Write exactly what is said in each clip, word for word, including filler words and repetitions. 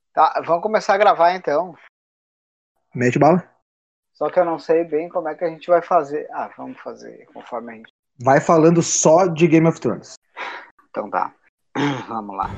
Tá, vamos começar a gravar então. Mete bala. Só que eu não sei bem como é que a gente vai fazer. Ah, vamos fazer conforme a gente... Vai falando só de Game of Thrones. Então tá. Vamos lá.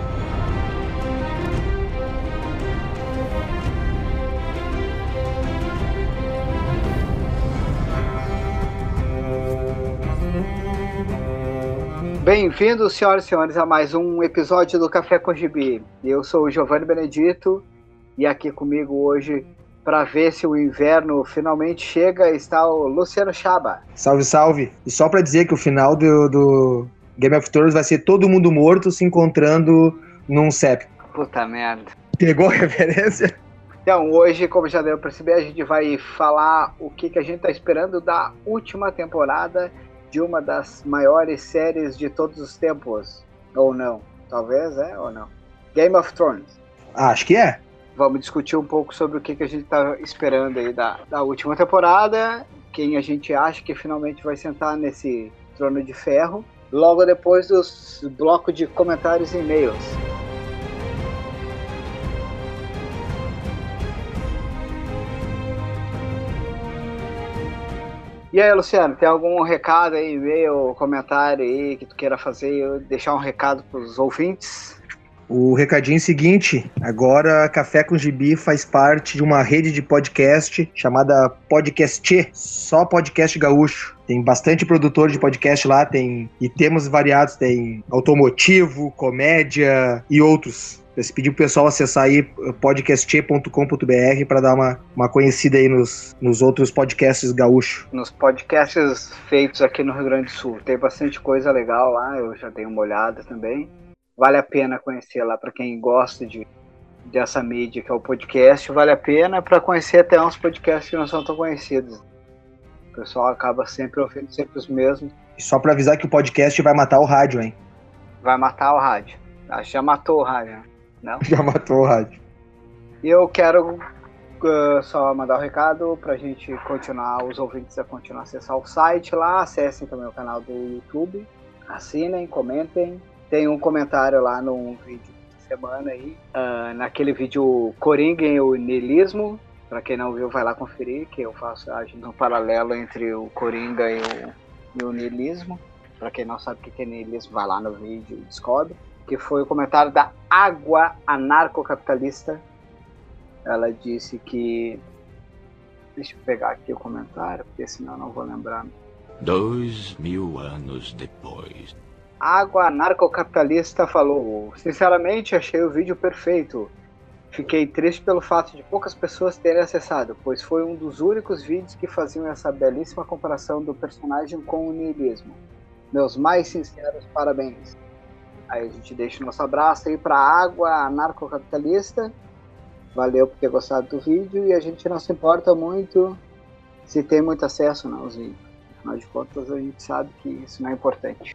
Bem-vindos, senhoras e senhores, a mais um episódio do Café com Gibi. Eu sou o Giovanni Benedito e aqui comigo hoje, para ver se o inverno finalmente chega, está o Luciano Chaba. Salve, salve. E só pra dizer que o final do, do Game of Thrones vai ser todo mundo morto se encontrando num septo. Puta merda. Pegou a referência? Então, hoje, como já deu pra perceber, a gente vai falar o que, que a gente tá esperando da última temporada de uma das maiores séries de todos os tempos. Ou não. Talvez, é ou não. Game of Thrones. Ah, acho que é. Vamos discutir um pouco sobre o que, que a gente tá esperando aí da, da última temporada. Quem a gente acha que finalmente vai sentar nesse trono de ferro. Logo depois dos blocos de comentários e e-mails. E aí, Luciano, tem algum recado aí, e-mail, comentário aí que tu queira fazer, deixar um recado para os ouvintes? O recadinho seguinte, agora Café com Gibi faz parte de uma rede de podcast chamada Podcast, só podcast gaúcho. Tem bastante produtor de podcast lá, tem e temas variados, tem automotivo, comédia e outros. Se pedir pro pessoal acessar aí podcast ponto com ponto b r para dar uma, uma conhecida aí nos, nos outros podcasts gaúchos. Nos podcasts feitos aqui no Rio Grande do Sul. Tem bastante coisa legal lá, eu já dei uma olhada também. Vale a pena conhecer lá para quem gosta de, dessa mídia que é o podcast. Vale a pena para conhecer até uns podcasts que não são tão conhecidos. O pessoal acaba sempre ouvindo sempre os mesmos. E só para avisar que o podcast vai matar o rádio, hein? Vai matar o rádio. Acho que já matou o rádio. Não? Já matou o rádio. E eu quero uh, só mandar um recado pra gente continuar, os ouvintes a continuar a acessar o site lá, acessem também o canal do YouTube, assinem, comentem. Tem um comentário lá no vídeo da semana aí, uh, naquele vídeo Coringa e o Niilismo. Pra quem não viu, vai lá conferir, que eu faço a gente um paralelo entre o Coringa e o, e o niilismo. Pra quem não sabe o que é niilismo, vai lá no vídeo e descobre. Que foi o comentário da Água Anarcocapitalista. Ela disse que... Deixa eu pegar aqui o comentário, porque senão eu não vou lembrar. Dois mil anos depois. Água Anarcocapitalista falou: sinceramente, achei o vídeo perfeito. Fiquei triste pelo fato de poucas pessoas terem acessado, pois foi um dos únicos vídeos que faziam essa belíssima comparação do personagem com o niilismo. Meus mais sinceros parabéns. Aí a gente deixa o nosso abraço aí para a Água Anarcocapitalista. Valeu por ter gostado do vídeo e a gente não se importa muito se tem muito acesso ou não aos vídeos. Afinal de contas, a gente sabe que isso não é importante.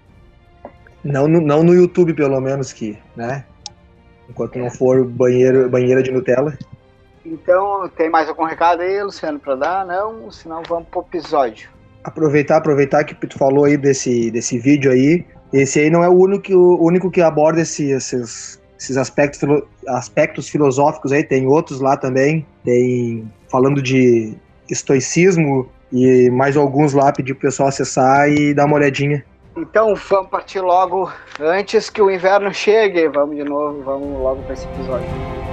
Não no, não no YouTube, pelo menos, que, né? Enquanto é. não for banheiro, banheira de Nutella. Então, tem mais algum recado aí, Luciano, para dar? Não? Senão vamos pro episódio. Aproveitar, aproveitar que tu falou aí desse, desse vídeo aí. Esse aí não é o único, o único que aborda esse, esses, esses aspectos, aspectos filosóficos aí, tem outros lá também, tem falando de estoicismo e mais alguns lá, pedir pro pessoal acessar e dar uma olhadinha. Então vamos partir logo, antes que o inverno chegue, vamos de novo, vamos logo para esse episódio.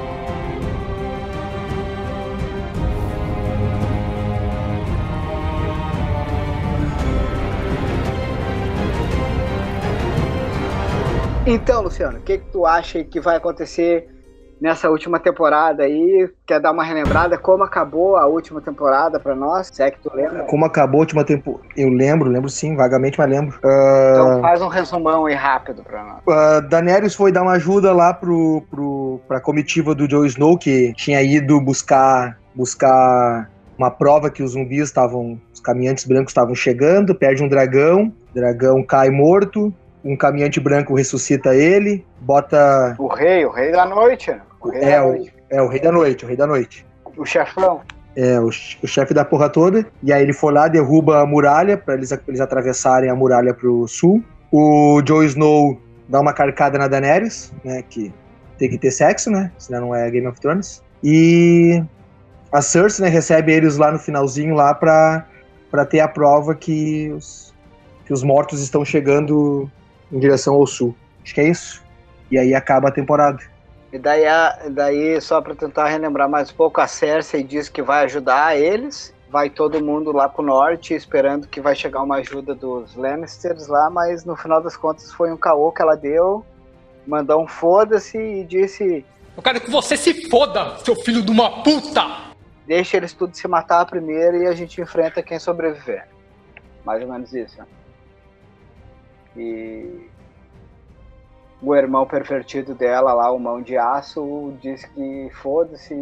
Então, Luciano, o que, que tu acha que vai acontecer nessa última temporada aí? Quer dar uma relembrada? Como acabou a última temporada pra nós? Se é que tu lembra? Como acabou a última temporada? Eu lembro, lembro sim, vagamente, mas lembro. Uh... Então faz um resumão aí rápido pra nós. Uh, Daenerys foi dar uma ajuda lá pro, pro, pra comitiva do Jon Snow, que tinha ido buscar, buscar uma prova que os zumbis estavam, os caminhantes brancos estavam chegando, perde um dragão, o dragão cai morto. Um caminhante branco ressuscita ele, bota... O rei, o rei da noite. O rei é, da o, noite. é, o rei da noite, o rei da noite. O chefão. É, o, o chefe da porra toda. E aí ele foi lá, derruba a muralha, pra eles, eles atravessarem a muralha pro sul. O Jon Snow dá uma carcada na Daenerys, né, que tem que ter sexo, né? Senão não é Game of Thrones. E a Cersei, né, recebe eles lá no finalzinho lá pra, pra ter a prova que os, que os mortos estão chegando em direção ao sul. Acho que é isso. E aí acaba a temporada. E daí, a, daí só pra tentar relembrar mais um pouco, a Cersei diz que vai ajudar eles. Vai todo mundo lá pro norte, esperando que vai chegar uma ajuda dos Lannisters lá, mas no final das contas foi um caô que ela deu, mandou um foda-se e disse: eu quero que você se foda, seu filho de uma puta! Deixa eles tudo se matar primeiro e a gente enfrenta quem sobreviver. Mais ou menos isso. Né? E o irmão pervertido dela lá, o Mão de Aço, disse que foda-se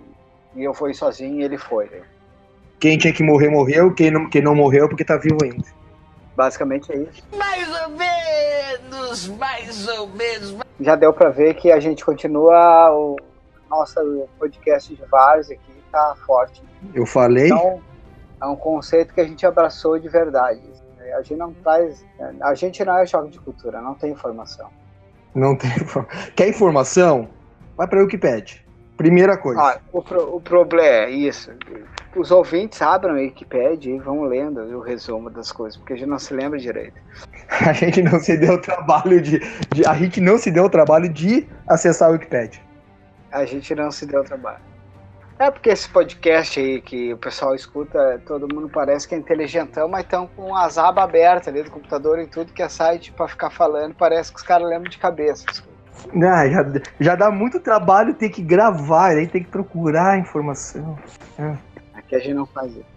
e eu fui sozinho e ele foi. Quem tinha que morrer, morreu. Quem não, quem não morreu porque tá vivo ainda. Basicamente é isso. Mais ou menos, mais ou menos. Já deu pra ver que a gente continua, o nosso podcast de Várzea aqui tá forte. Eu falei? Então, é um conceito que a gente abraçou de verdade. A gente não traz, a gente não é choque de cultura, não tem informação. Não tem. Quer informação? Vai pra Wikipedia. Primeira coisa. Ah, o, pro, o problema é isso. Os ouvintes abrem a Wikipedia e vão lendo o resumo das coisas, porque a gente não se lembra direito. A gente não se deu o trabalho de, de. A gente não se deu o trabalho de acessar a Wikipedia. A gente não se deu o trabalho. É porque esse podcast aí que o pessoal escuta, todo mundo parece que é inteligentão, mas estão com as abas abertas ali do computador e tudo que é site pra ficar falando, parece que os caras lembram de cabeça. Não, já, já dá muito trabalho ter que gravar, aí tem que procurar a informação. É. Aqui a gente não faz isso.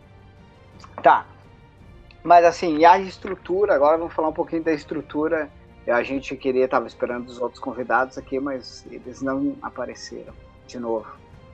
Tá. Mas assim, e a estrutura, agora vamos falar um pouquinho da estrutura. A gente queria, tava esperando os outros convidados aqui, mas eles não apareceram de novo.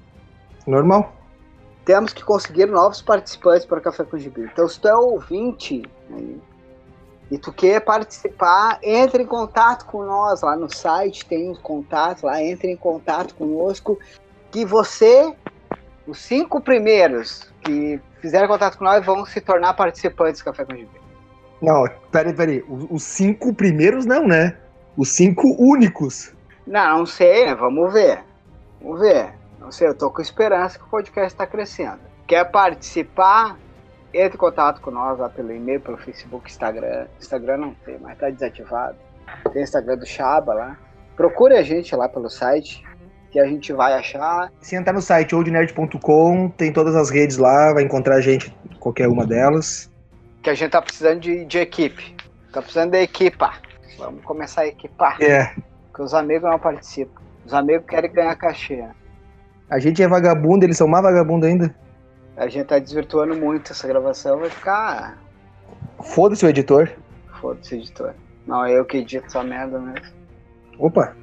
Normal. Temos que conseguir novos participantes para o Café com Gibi. Então, se tu é ouvinte, né, e tu quer participar, entre em contato com nós lá no site, tem um contato lá, entre em contato conosco, que você, os cinco primeiros que fizeram contato com nós vão se tornar participantes do Café com Gibi. Não, peraí, peraí, os, os cinco primeiros não, né? Os cinco únicos. Não, não sei, né? Vamos ver. Vamos ver. Não sei, eu tô com esperança que o podcast está crescendo. Quer participar? Entre em contato com nós lá pelo e-mail, pelo Facebook, Instagram. Instagram não tem, mas tá desativado. Tem o Instagram do Chaba lá. Procure a gente lá pelo site, que a gente vai achar. Se entrar no site old nerd ponto com, tem todas as redes lá, vai encontrar a gente em qualquer uma delas. Que a gente tá precisando de, de equipe. Tá precisando de equipa. Vamos começar a equipar. É. Porque os amigos não participam. Os amigos querem ganhar cachê. A gente é vagabundo, eles são mais vagabundo ainda. A gente tá desvirtuando muito essa gravação, vai ficar... Foda-se o editor. Foda-se o editor. Não, é eu que edito essa merda mesmo. Opa.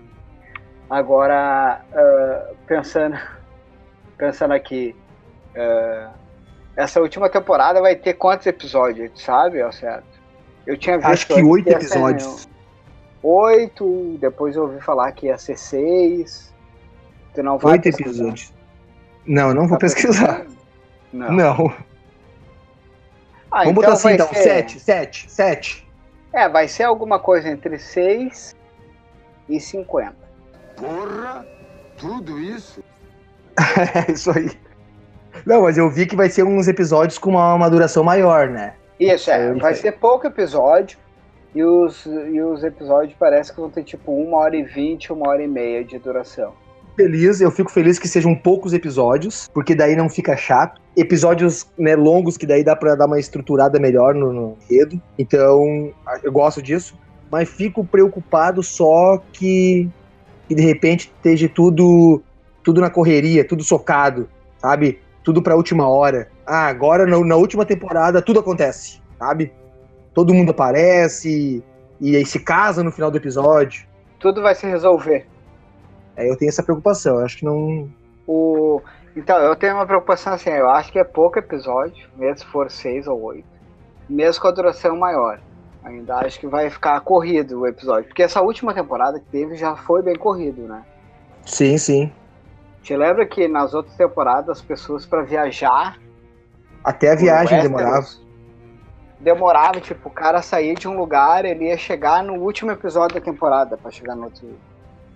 Agora, uh, pensando, pensando aqui, uh, essa última temporada vai ter quantos episódios, sabe, ao certo? Eu tinha visto... Acho que oito episódios. Oito, depois eu ouvi falar que ia ser seis. Tu não vai Oito pesquisar? episódios. Não, não vou Tá pesquisar. Não. Não. Ah, Vamos então botar assim, vai então. ser... Sete, sete, sete. É, vai ser alguma coisa entre seis e cinquenta. Porra, tudo isso? É isso aí. Não, mas eu vi que vai ser uns episódios com uma, uma duração maior, né? Isso, é. Eu Vai sei. ser pouco episódio. E os, e os episódios parece que vão ter tipo uma hora e vinte, uma hora e meia de duração. Feliz, eu fico feliz que sejam poucos episódios, porque daí não fica chato. Episódios, né, longos, que daí dá pra dar uma estruturada melhor no, no enredo. Então, eu gosto disso. Mas fico preocupado só que, que de repente esteja tudo, tudo na correria, tudo socado, sabe? Tudo pra última hora. Ah, agora na, na última temporada tudo acontece, sabe? Todo mundo aparece e aí se casa no final do episódio. Tudo vai se resolver. É, eu tenho essa preocupação, eu acho que não... O... Então, eu tenho uma preocupação assim, eu acho que é pouco episódio, mesmo se for seis ou oito. Mesmo com a duração maior. Ainda acho que vai ficar corrido o episódio. Porque essa última temporada que teve já foi bem corrido, né? Sim, sim. Te lembra que nas outras temporadas as pessoas para viajar... Até a viagem Westeros, demorava. Demorava, tipo, o cara sair de um lugar, ele ia chegar no último episódio da temporada pra chegar no outro.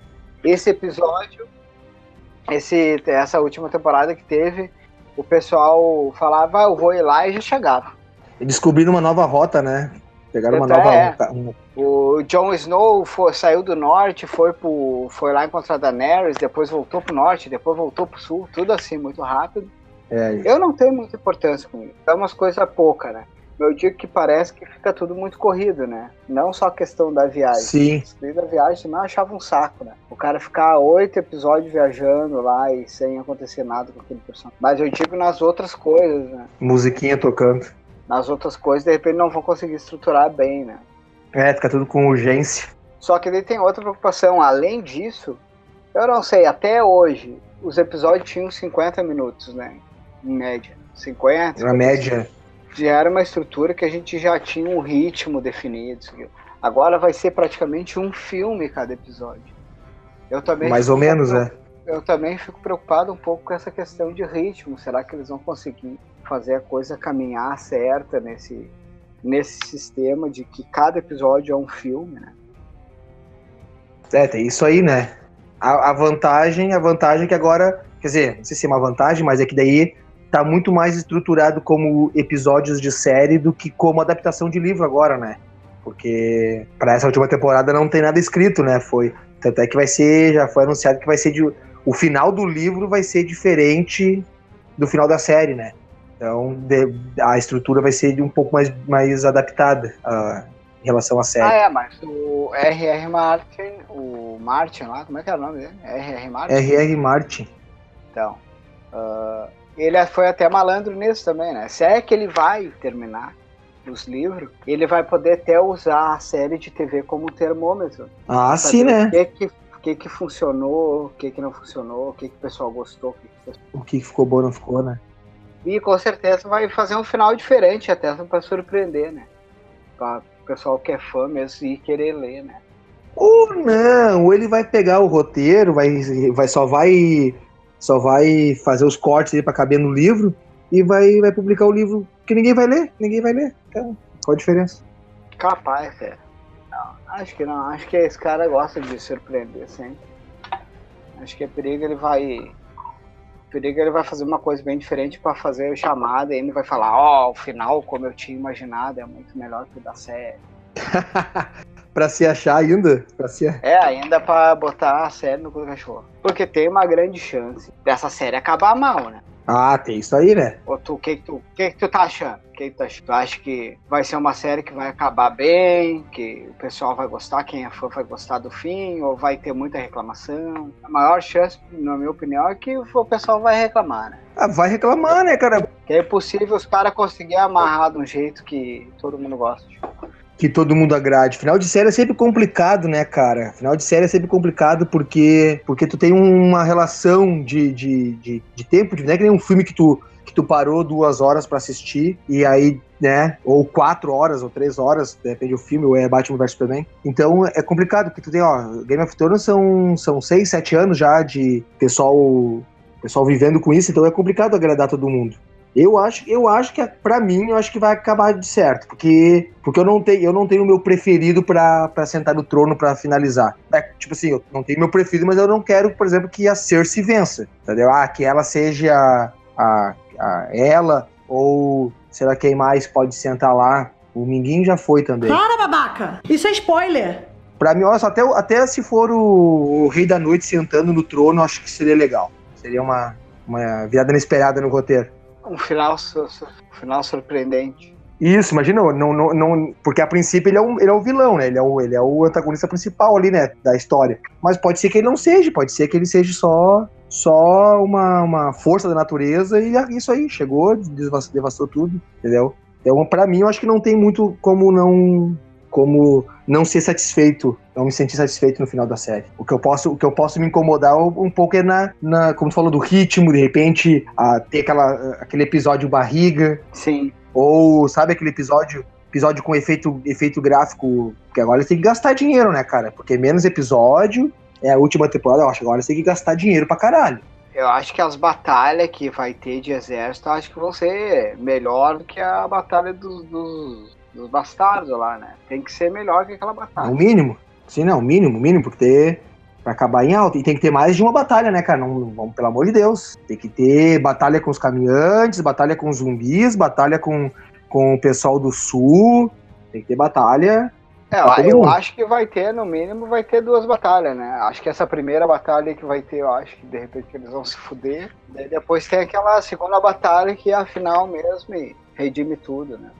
esse episódio, esse, essa última temporada que teve, o pessoal falava, ah, eu vou ir lá e já chegava. Descobriram uma nova rota, né? Pegaram uma Até nova... é. Uma... O Jon Snow foi, saiu do norte, foi, pro, foi lá encontrar Daenerys, depois voltou pro norte, depois voltou pro sul, tudo assim, muito rápido. É. Eu não tenho muita importância com isso, é umas coisas poucas, né? Eu digo que parece que fica tudo muito corrido, né? Não só a questão da viagem. Sim. A da viagem também eu achava um saco, né? O cara ficar oito episódios viajando lá e sem acontecer nada com aquele personagem. Mas eu digo nas outras coisas, né? Musiquinha tocando. Nas outras coisas, de repente, não vão conseguir estruturar bem, né? É, fica tudo com urgência. Só que daí tem outra preocupação. Além disso, eu não sei, até hoje, os episódios tinham cinquenta minutos, né? Em média. cinquenta. Na média. Já era uma estrutura que a gente já tinha um ritmo definido. Agora vai ser praticamente um filme cada episódio. Eu também Mais ou menos, é. Eu também fico preocupado um pouco com essa questão de ritmo. Será que eles vão conseguir fazer a coisa caminhar certa nesse, nesse sistema de que cada episódio é um filme, né? É, tem isso aí, né? A, a vantagem, a vantagem é que agora, quer dizer, não sei se é uma vantagem, mas é que daí tá muito mais estruturado como episódios de série do que como adaptação de livro agora, né? Porque para essa última temporada não tem nada escrito, né? Foi, tanto é que vai ser, já foi anunciado que vai ser de, o final do livro vai ser diferente do final da série, né? Então de, a estrutura vai ser de um pouco mais, mais adaptada a, em relação à série. Ah, é, mas o R R. Martin, o Martin lá, como é que é o nome dele? R R. Martin? R R. Martin. Então, uh, ele foi até malandro nisso também, né? Se é que ele vai terminar os livros, ele vai poder até usar a série de T V como termômetro. Ah, sim, né? O que que, que que funcionou, o que que não funcionou, o que que o pessoal gostou, o que que... o que ficou bom não ficou, né? E com certeza vai fazer um final diferente até para surpreender, né? Para o pessoal que é fã mesmo e querer ler, né? Ou não, ou ele vai pegar o roteiro, vai, vai, só vai só vai fazer os cortes aí pra caber no livro e vai, vai publicar o livro que ninguém vai ler, ninguém vai ler. Então, qual a diferença? Capaz, é. Não, acho que não, acho que esse cara gosta de surpreender sempre. Acho que é perigo ele vai... perigo ele vai fazer uma coisa bem diferente pra fazer o chamado e ele vai falar, ó, oh, o final, como eu tinha imaginado, é muito melhor que o da série. Pra se achar ainda? Pra se... É, ainda pra botar a série no cu do cachorro. Porque tem uma grande chance dessa série acabar mal, né? Ah, tem isso aí, né? Ou tu, o que que tu, que que tu tá achando? Que que tu, acha? Tu acha que vai ser uma série que vai acabar bem, que o pessoal vai gostar, quem é fã vai gostar do fim, ou vai ter muita reclamação? A maior chance, na minha opinião, é que o pessoal vai reclamar, né? Ah, vai reclamar, né, cara? Que é impossível os caras conseguirem amarrar de um jeito que todo mundo gosta. Que todo mundo agrade. Final de série é sempre complicado, né, cara? Final de série é sempre complicado porque, porque tu tem uma relação de, de, de, de tempo, não é que nem um filme que tu, que tu parou duas horas pra assistir e aí, né, ou quatro horas ou três horas, depende do filme, ou é Batman versus Superman. Então é complicado, porque tu tem, ó, Game of Thrones são, são seis, sete anos já de pessoal, pessoal vivendo com isso, então é complicado agradar todo mundo. Eu acho, eu acho que, pra mim, eu acho que vai acabar de certo, porque, porque eu, não tenho, eu não tenho o meu preferido pra, pra sentar no trono pra finalizar. É, tipo assim, eu não tenho meu preferido, mas eu não quero, por exemplo, que a Cersei vença, entendeu? Ah, que ela seja a, a, a ela, ou será quem mais pode sentar lá? O Minguinho já foi também. Para, babaca! Isso é spoiler! Pra mim, olha só, até, até se for o, o Rei da Noite sentando no trono, eu acho que seria legal. Seria uma, uma virada inesperada no roteiro. Um final, um final surpreendente. Isso, imagina, não, não, não, porque a princípio ele é, um, ele é o vilão, né? Ele é o, ele é o antagonista principal ali, né? Da história. Mas pode ser que ele não seja, pode ser que ele seja só, só uma, uma força da natureza e isso aí, chegou, devastou, devastou tudo, entendeu? Então, pra mim, eu acho que não tem muito como não, como não ser satisfeito, não me sentir satisfeito no final da série. O que eu posso, o que eu posso me incomodar um pouco é na, na como tu falou, do ritmo, de repente, a, ter aquela, aquele episódio barriga. Sim. Ou, sabe, aquele episódio, episódio com efeito, efeito gráfico, que agora eles têm que gastar dinheiro, né, cara? Porque menos episódio, é a última temporada, eu acho, agora eles têm que gastar dinheiro pra caralho. Eu acho que as batalhas que vai ter de exército, eu acho que vão ser melhor do que a batalha dos... dos... dos bastardos lá, né? Tem que ser melhor que aquela batalha. O mínimo. Sim, não, o mínimo, o mínimo, porque Pra acabar em alta. E tem que ter mais de uma batalha, né, cara? Não, vamos, pelo amor de Deus. Tem que ter batalha com os caminhantes, batalha com os zumbis, batalha com, com o pessoal do sul. Tem que ter batalha. É, eu mundo. acho que vai ter, no mínimo, vai ter duas batalhas, né? Acho que essa primeira batalha que vai ter, eu acho que de repente eles vão se fuder. Daí depois tem aquela segunda batalha que é a final mesmo e redime tudo, né?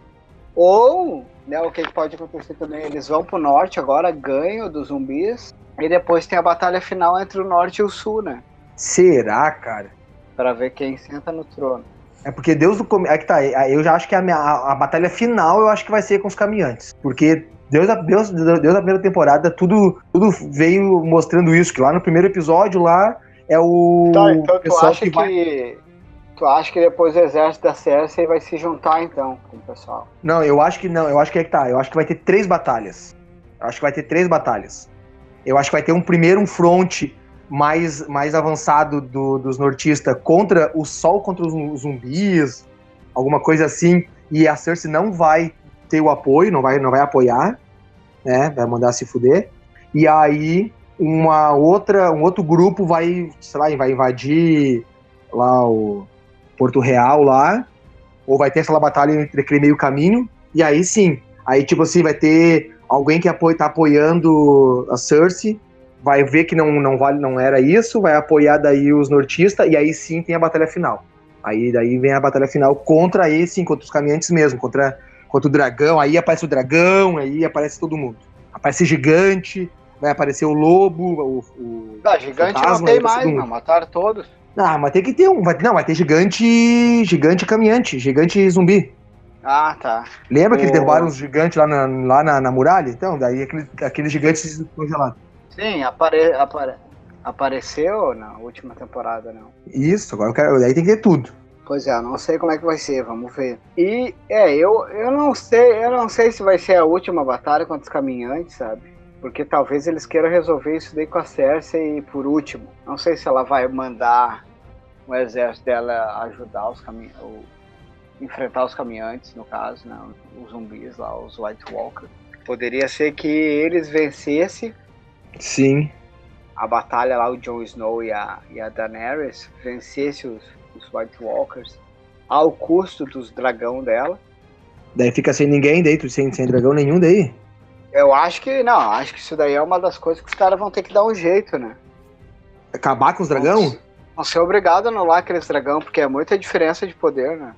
Ou, né, o que pode acontecer também, eles vão pro norte agora, ganham dos zumbis, e depois tem a batalha final entre o norte e o sul, né? Será, cara? Pra ver quem senta no trono. É porque Deus do começo. É que tá, eu já acho que a, minha, a, a batalha final eu acho que vai ser com os caminhantes. Porque Deus, Deus, Deus da primeira temporada, tudo, tudo veio mostrando isso, que lá no primeiro episódio, lá é o tá, então tu pessoal acha que, que vai... Tu acha que depois o exército da Cersei vai se juntar, então, com o pessoal? Não, eu acho que não, eu acho que é que tá, eu acho que vai ter três batalhas. Eu acho que vai ter três batalhas. Eu acho que vai ter um primeiro, um front mais, mais avançado do, dos nortistas contra o Sol, contra os zumbis, alguma coisa assim, e a Cersei não vai ter o apoio, não vai, não vai apoiar, né, vai mandar se fuder, e aí uma outra, um outro grupo vai, sei lá, vai invadir lá o Porto Real lá, ou vai ter aquela batalha entre aquele meio caminho, e aí sim, aí tipo assim, vai ter alguém que apoia, tá apoiando a Cersei, vai ver que não, não, vale, não era isso, vai apoiar daí os nortistas, e aí sim tem a batalha final. Aí daí vem a batalha final contra esse, contra os caminhantes mesmo, contra, contra o dragão, aí aparece o dragão, aí aparece todo mundo. Aparece gigante, vai aparecer o lobo, o, o ah, gigante fantasma, não tem mais, não, mataram todos. Ah, mas tem que ter um, vai, não, vai ter gigante, gigante caminhante, gigante zumbi. Ah, tá. Lembra o... que eles derrubaram os gigantes lá na, lá na, na muralha? Então, daí aqueles, aqueles gigantes congelados. Sim, apare, apare, apareceu na última temporada, não. Isso, agora eu quero, daí tem que ter tudo. Pois é, não sei como é que vai ser, vamos ver. E, é, eu, eu não sei, eu não sei se vai ser a última batalha contra os caminhantes, sabe? Porque talvez eles queiram resolver isso daí com a Cersei por último. Não sei se ela vai mandar o exército dela ajudar os caminhantes, enfrentar os caminhantes, no caso, né? Os zumbis lá, os White Walkers. Poderia ser que eles vencessem. Sim. A batalha lá, o Jon Snow e a, e a Daenerys vencesse os, os White Walkers ao custo dos dragão dela. Daí fica sem ninguém, daí tu sem, sem dragão nenhum daí. Eu acho que, não, acho que isso daí é uma das coisas que os caras vão ter que dar um jeito, né? Acabar com os dragão? Vão ser obrigados a anular aqueles dragão, porque é muita diferença de poder, né?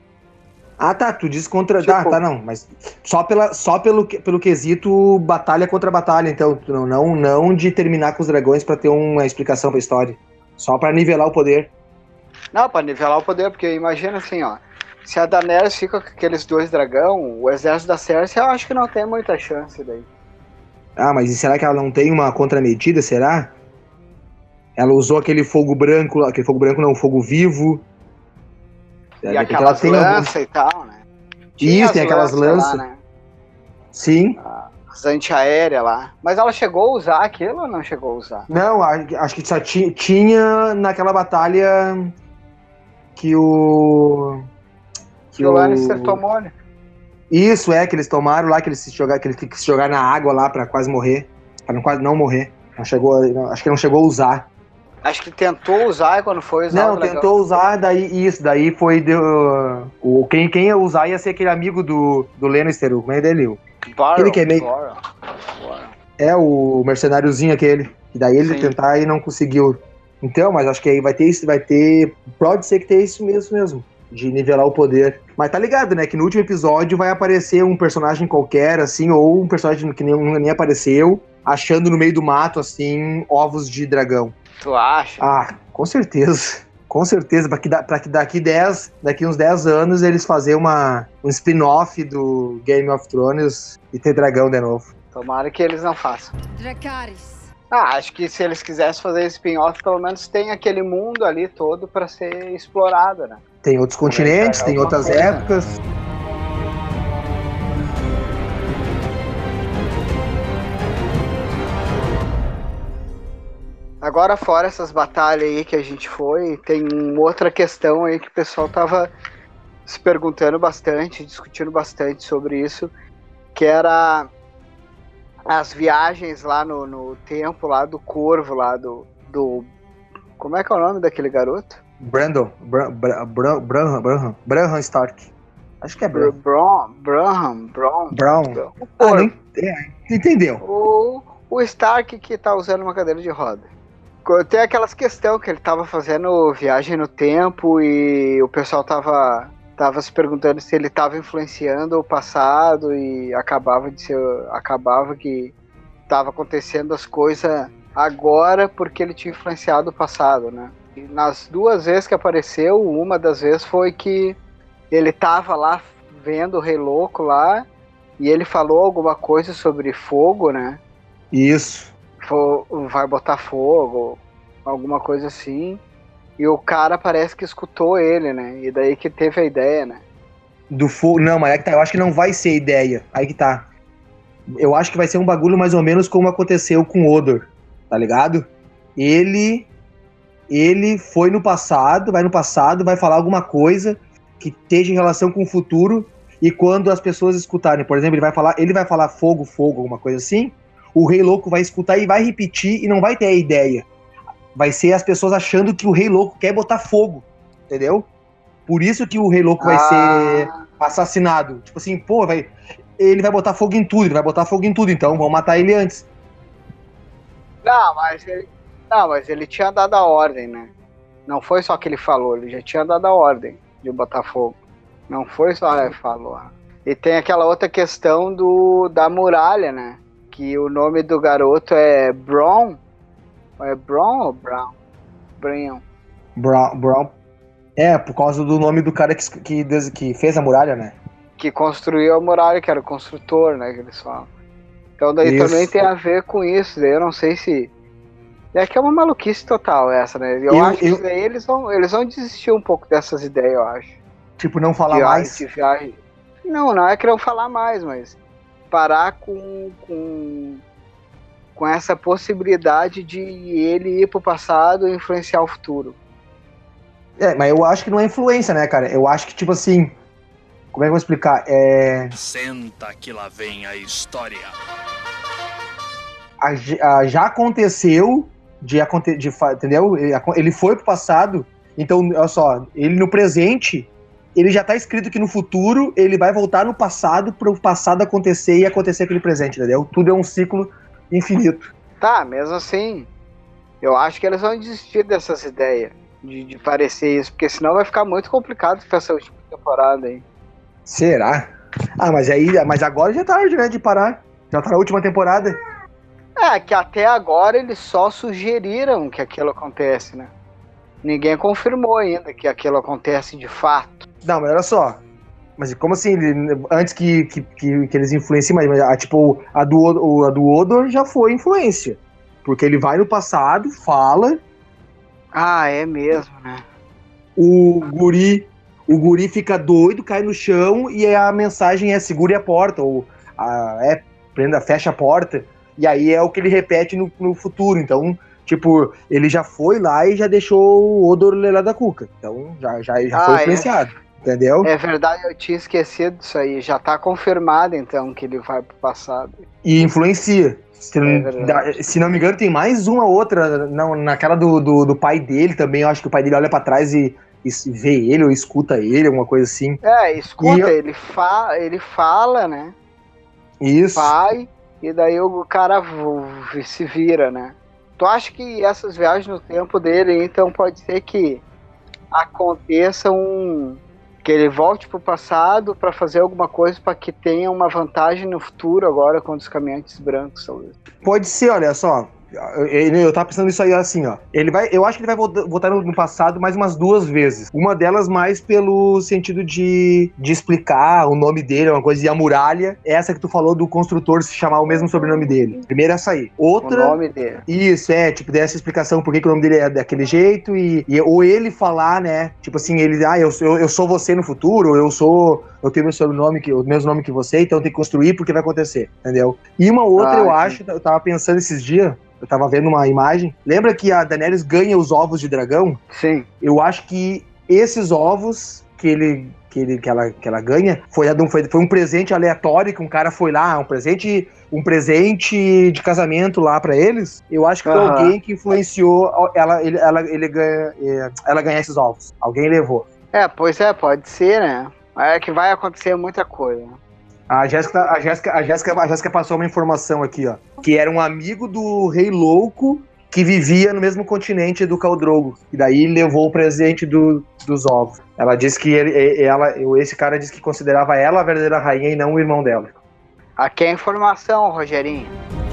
Ah, tá, tu diz contra... Tipo... Tá, tá, não, mas só, pela, só pelo, pelo quesito batalha contra batalha, então, não, não, não de terminar com os dragões pra ter uma explicação pra história. Só pra nivelar o poder. Não, pra nivelar o poder, porque imagina assim, ó, se a Daenerys fica com aqueles dois dragão, o exército da Cersei eu acho que não tem muita chance daí. Ah, mas será que ela não tem uma contramedida, será? Ela usou aquele fogo branco, aquele fogo branco não, fogo vivo. E aquelas tem lanças algum... e tal, né? Tinha Isso, tem aquelas lanças. Lá, né? Sim. As antiaéreas lá. Mas ela chegou a usar aquilo ou não chegou a usar? Não, acho que só tinha, tinha naquela batalha que o... Que, que o Lannister tomou, né? Isso, é, que eles tomaram lá, que eles se jogaram, que eles se jogaram na água lá pra quase morrer. Pra não, quase não morrer. Não chegou, não, acho que não chegou a usar. Acho que tentou usar quando foi usar. Não, tentou usar, daí isso, daí foi deu, o quem, quem ia usar ia ser aquele amigo do, do Lannister, como é dele? O Barrow, aquele que é meio... Barrow. É, o mercenáriozinho aquele. E daí ele Sim. tentar e não conseguiu. Então, mas acho que aí vai ter isso, vai ter... Pode ser que tenha isso mesmo mesmo, de nivelar o poder. Mas tá ligado, né, que no último episódio vai aparecer um personagem qualquer, assim, ou um personagem que nem, nem apareceu, achando no meio do mato, assim, ovos de dragão. Tu acha? Ah, com certeza. Com certeza, pra que, da, pra que daqui, dez, daqui uns dez anos eles fazerem uma, um spin-off do Game of Thrones e ter dragão de novo. Tomara que eles não façam. Dracarys. Ah, acho que se eles quisessem fazer spin-off, pelo menos tem aquele mundo ali todo pra ser explorado, né? Tem outros continentes, tem outras coisa, épocas. Né? Agora, fora essas batalhas aí que a gente foi, tem outra questão aí que o pessoal tava se perguntando bastante, discutindo bastante sobre isso, que era as viagens lá no, no tempo, lá do Corvo, lá do, do... Como é que é o nome daquele garoto? Brandon, Bra, Bra, Bra, Branham, Branham, Branham Stark. Acho que é Br Branham. Branham, Brown. Brown. O Ah, Corvo. não, é, entendeu? O, o Stark que tá usando uma cadeira de roda. Tem aquelas questões que ele tava fazendo viagem no tempo e o pessoal tava, tava se perguntando se ele tava influenciando o passado e acabava de ser, acabava que tava acontecendo as coisas agora porque ele tinha influenciado o passado, né? E nas duas vezes que apareceu, uma das vezes foi que ele tava lá vendo o Rei Louco lá e ele falou alguma coisa sobre fogo, né? Isso. Vai botar fogo, alguma coisa assim. E o cara parece que escutou ele, né? E daí que teve a ideia, né? Do fogo. Não, mas é que tá. Eu acho que não vai ser ideia. Aí que tá. Eu acho que vai ser um bagulho mais ou menos como aconteceu com o Odor. Tá ligado? Ele. Ele foi no passado, vai no passado, vai falar alguma coisa que esteja em relação com o futuro. E quando as pessoas escutarem, por exemplo, ele vai falar, ele vai falar fogo, fogo, alguma coisa assim. O Rei Louco vai escutar e vai repetir e não vai ter a ideia. Vai ser as pessoas achando que o Rei Louco quer botar fogo, entendeu? Por isso que o Rei Louco vai ah. ser assassinado. Tipo assim, pô, vai, ele vai botar fogo em tudo, ele vai botar fogo em tudo, então vamos matar ele antes. Não, mas ele, não, mas ele tinha dado a ordem, né? Não foi só que ele falou, ele já tinha dado a ordem de botar fogo. Não foi só ele falou. E tem aquela outra questão do, da muralha, né? Que o nome do garoto é Brown. É Brown ou Brown? Brown. Brown. Brown. É, por causa do nome do cara que, que, que fez a muralha, né? Que construiu a muralha, que era o construtor, né? Que eles falam. Então daí isso. Também tem a ver com isso. Daí eu não sei se... É que é uma maluquice total essa, né? Eu, eu acho eu... que daí eles vão, eles vão desistir um pouco dessas ideias, eu acho. Tipo, não falar de mais? Viagem. Não, não é que não falar mais, mas... parar com, com, com essa possibilidade de ele ir pro passado e influenciar o futuro. É, mas eu acho que não é influência, né, cara? Eu acho que, tipo assim, como é que eu vou explicar? É... Senta que lá vem a história. A, a, já aconteceu, de, de, entendeu? Ele foi pro passado, então, olha só, ele no presente... ele já tá escrito que no futuro ele vai voltar no passado para o passado acontecer e acontecer aquele presente, entendeu? Tudo é um ciclo infinito. Tá, mesmo assim, eu acho que eles vão desistir dessas ideias de, de parecer isso, porque senão vai ficar muito complicado pra essa última temporada aí. Será? Ah, mas aí, mas agora já é tarde, né, de parar. Já tá na última temporada. É, que até agora eles só sugeriram que aquilo acontece, né? Ninguém confirmou ainda que aquilo acontece de fato. Não, mas olha só. Mas como assim? Antes que, que, que, que eles influenciem mais, a, tipo, a do, a do Odor já foi influência. Porque ele vai no passado, fala. Ah, é mesmo, né? O guri, o guri fica doido, cai no chão e a mensagem é segure a porta, ou a, é, prenda, fecha a porta. E aí é o que ele repete no, no futuro. Então, tipo, ele já foi lá e já deixou o Odor lá da cuca. Então, já, já, já ah, foi influenciado. É. Entendeu? É verdade, eu tinha esquecido disso aí. Já tá confirmado, então, que ele vai pro passado. E influencia. Se, é se não me engano, tem mais uma outra, não, naquela do, do, do pai dele também. Eu acho que o pai dele olha pra trás e, e vê ele ou escuta ele, alguma coisa assim. É, escuta, eu... ele, fa ele fala, né? Isso. Pai, e daí o cara se vira, né? Tu acha que essas viagens no tempo dele, então, pode ser que aconteça um... que ele volte pro passado para fazer alguma coisa para que tenha uma vantagem no futuro agora com os caminhantes brancos, talvez. Pode ser, olha só. Eu, eu tava pensando nisso aí assim, ó. Ele vai, eu acho que ele vai voltar no passado mais umas duas vezes. Uma delas mais pelo sentido de, de explicar o nome dele, uma coisa, e a muralha. Essa que tu falou do construtor se chamar o mesmo sobrenome dele. Primeiro essa aí. Outra... O nome dele. Isso, é, tipo, dessa explicação por que, que o nome dele é daquele jeito e, e ou ele falar, né, tipo assim, ele, ah, eu, eu, eu sou você no futuro, eu sou... eu tenho meu sobrenome, que, o mesmo nome que você, então eu tenho que construir porque vai acontecer, entendeu? E uma outra, ah, eu sim. acho, eu tava pensando esses dias, eu tava vendo uma imagem, lembra que a Daenerys ganha os ovos de dragão? Sim. Eu acho que esses ovos que ele, que, ele, que, ela, que ela ganha, foi, foi, foi um presente aleatório que um cara foi lá, um presente, um presente de casamento lá pra eles. Eu acho que foi uhum. alguém que influenciou ela, ele, ela, ele ganha, ela ganhar esses ovos. Alguém levou. É, pois é, pode ser, né? É que vai acontecer muita coisa. A Jéssica, a Jéssica, a Jéssica, a Jéssica passou uma informação aqui, ó. Que era um amigo do Rei Louco que vivia no mesmo continente do Khal Drogo. E daí levou o presente do, dos ovos. Ela disse que ele, ela, esse cara disse que considerava ela a verdadeira rainha e não o irmão dela. Aqui é informação, Rogerinho.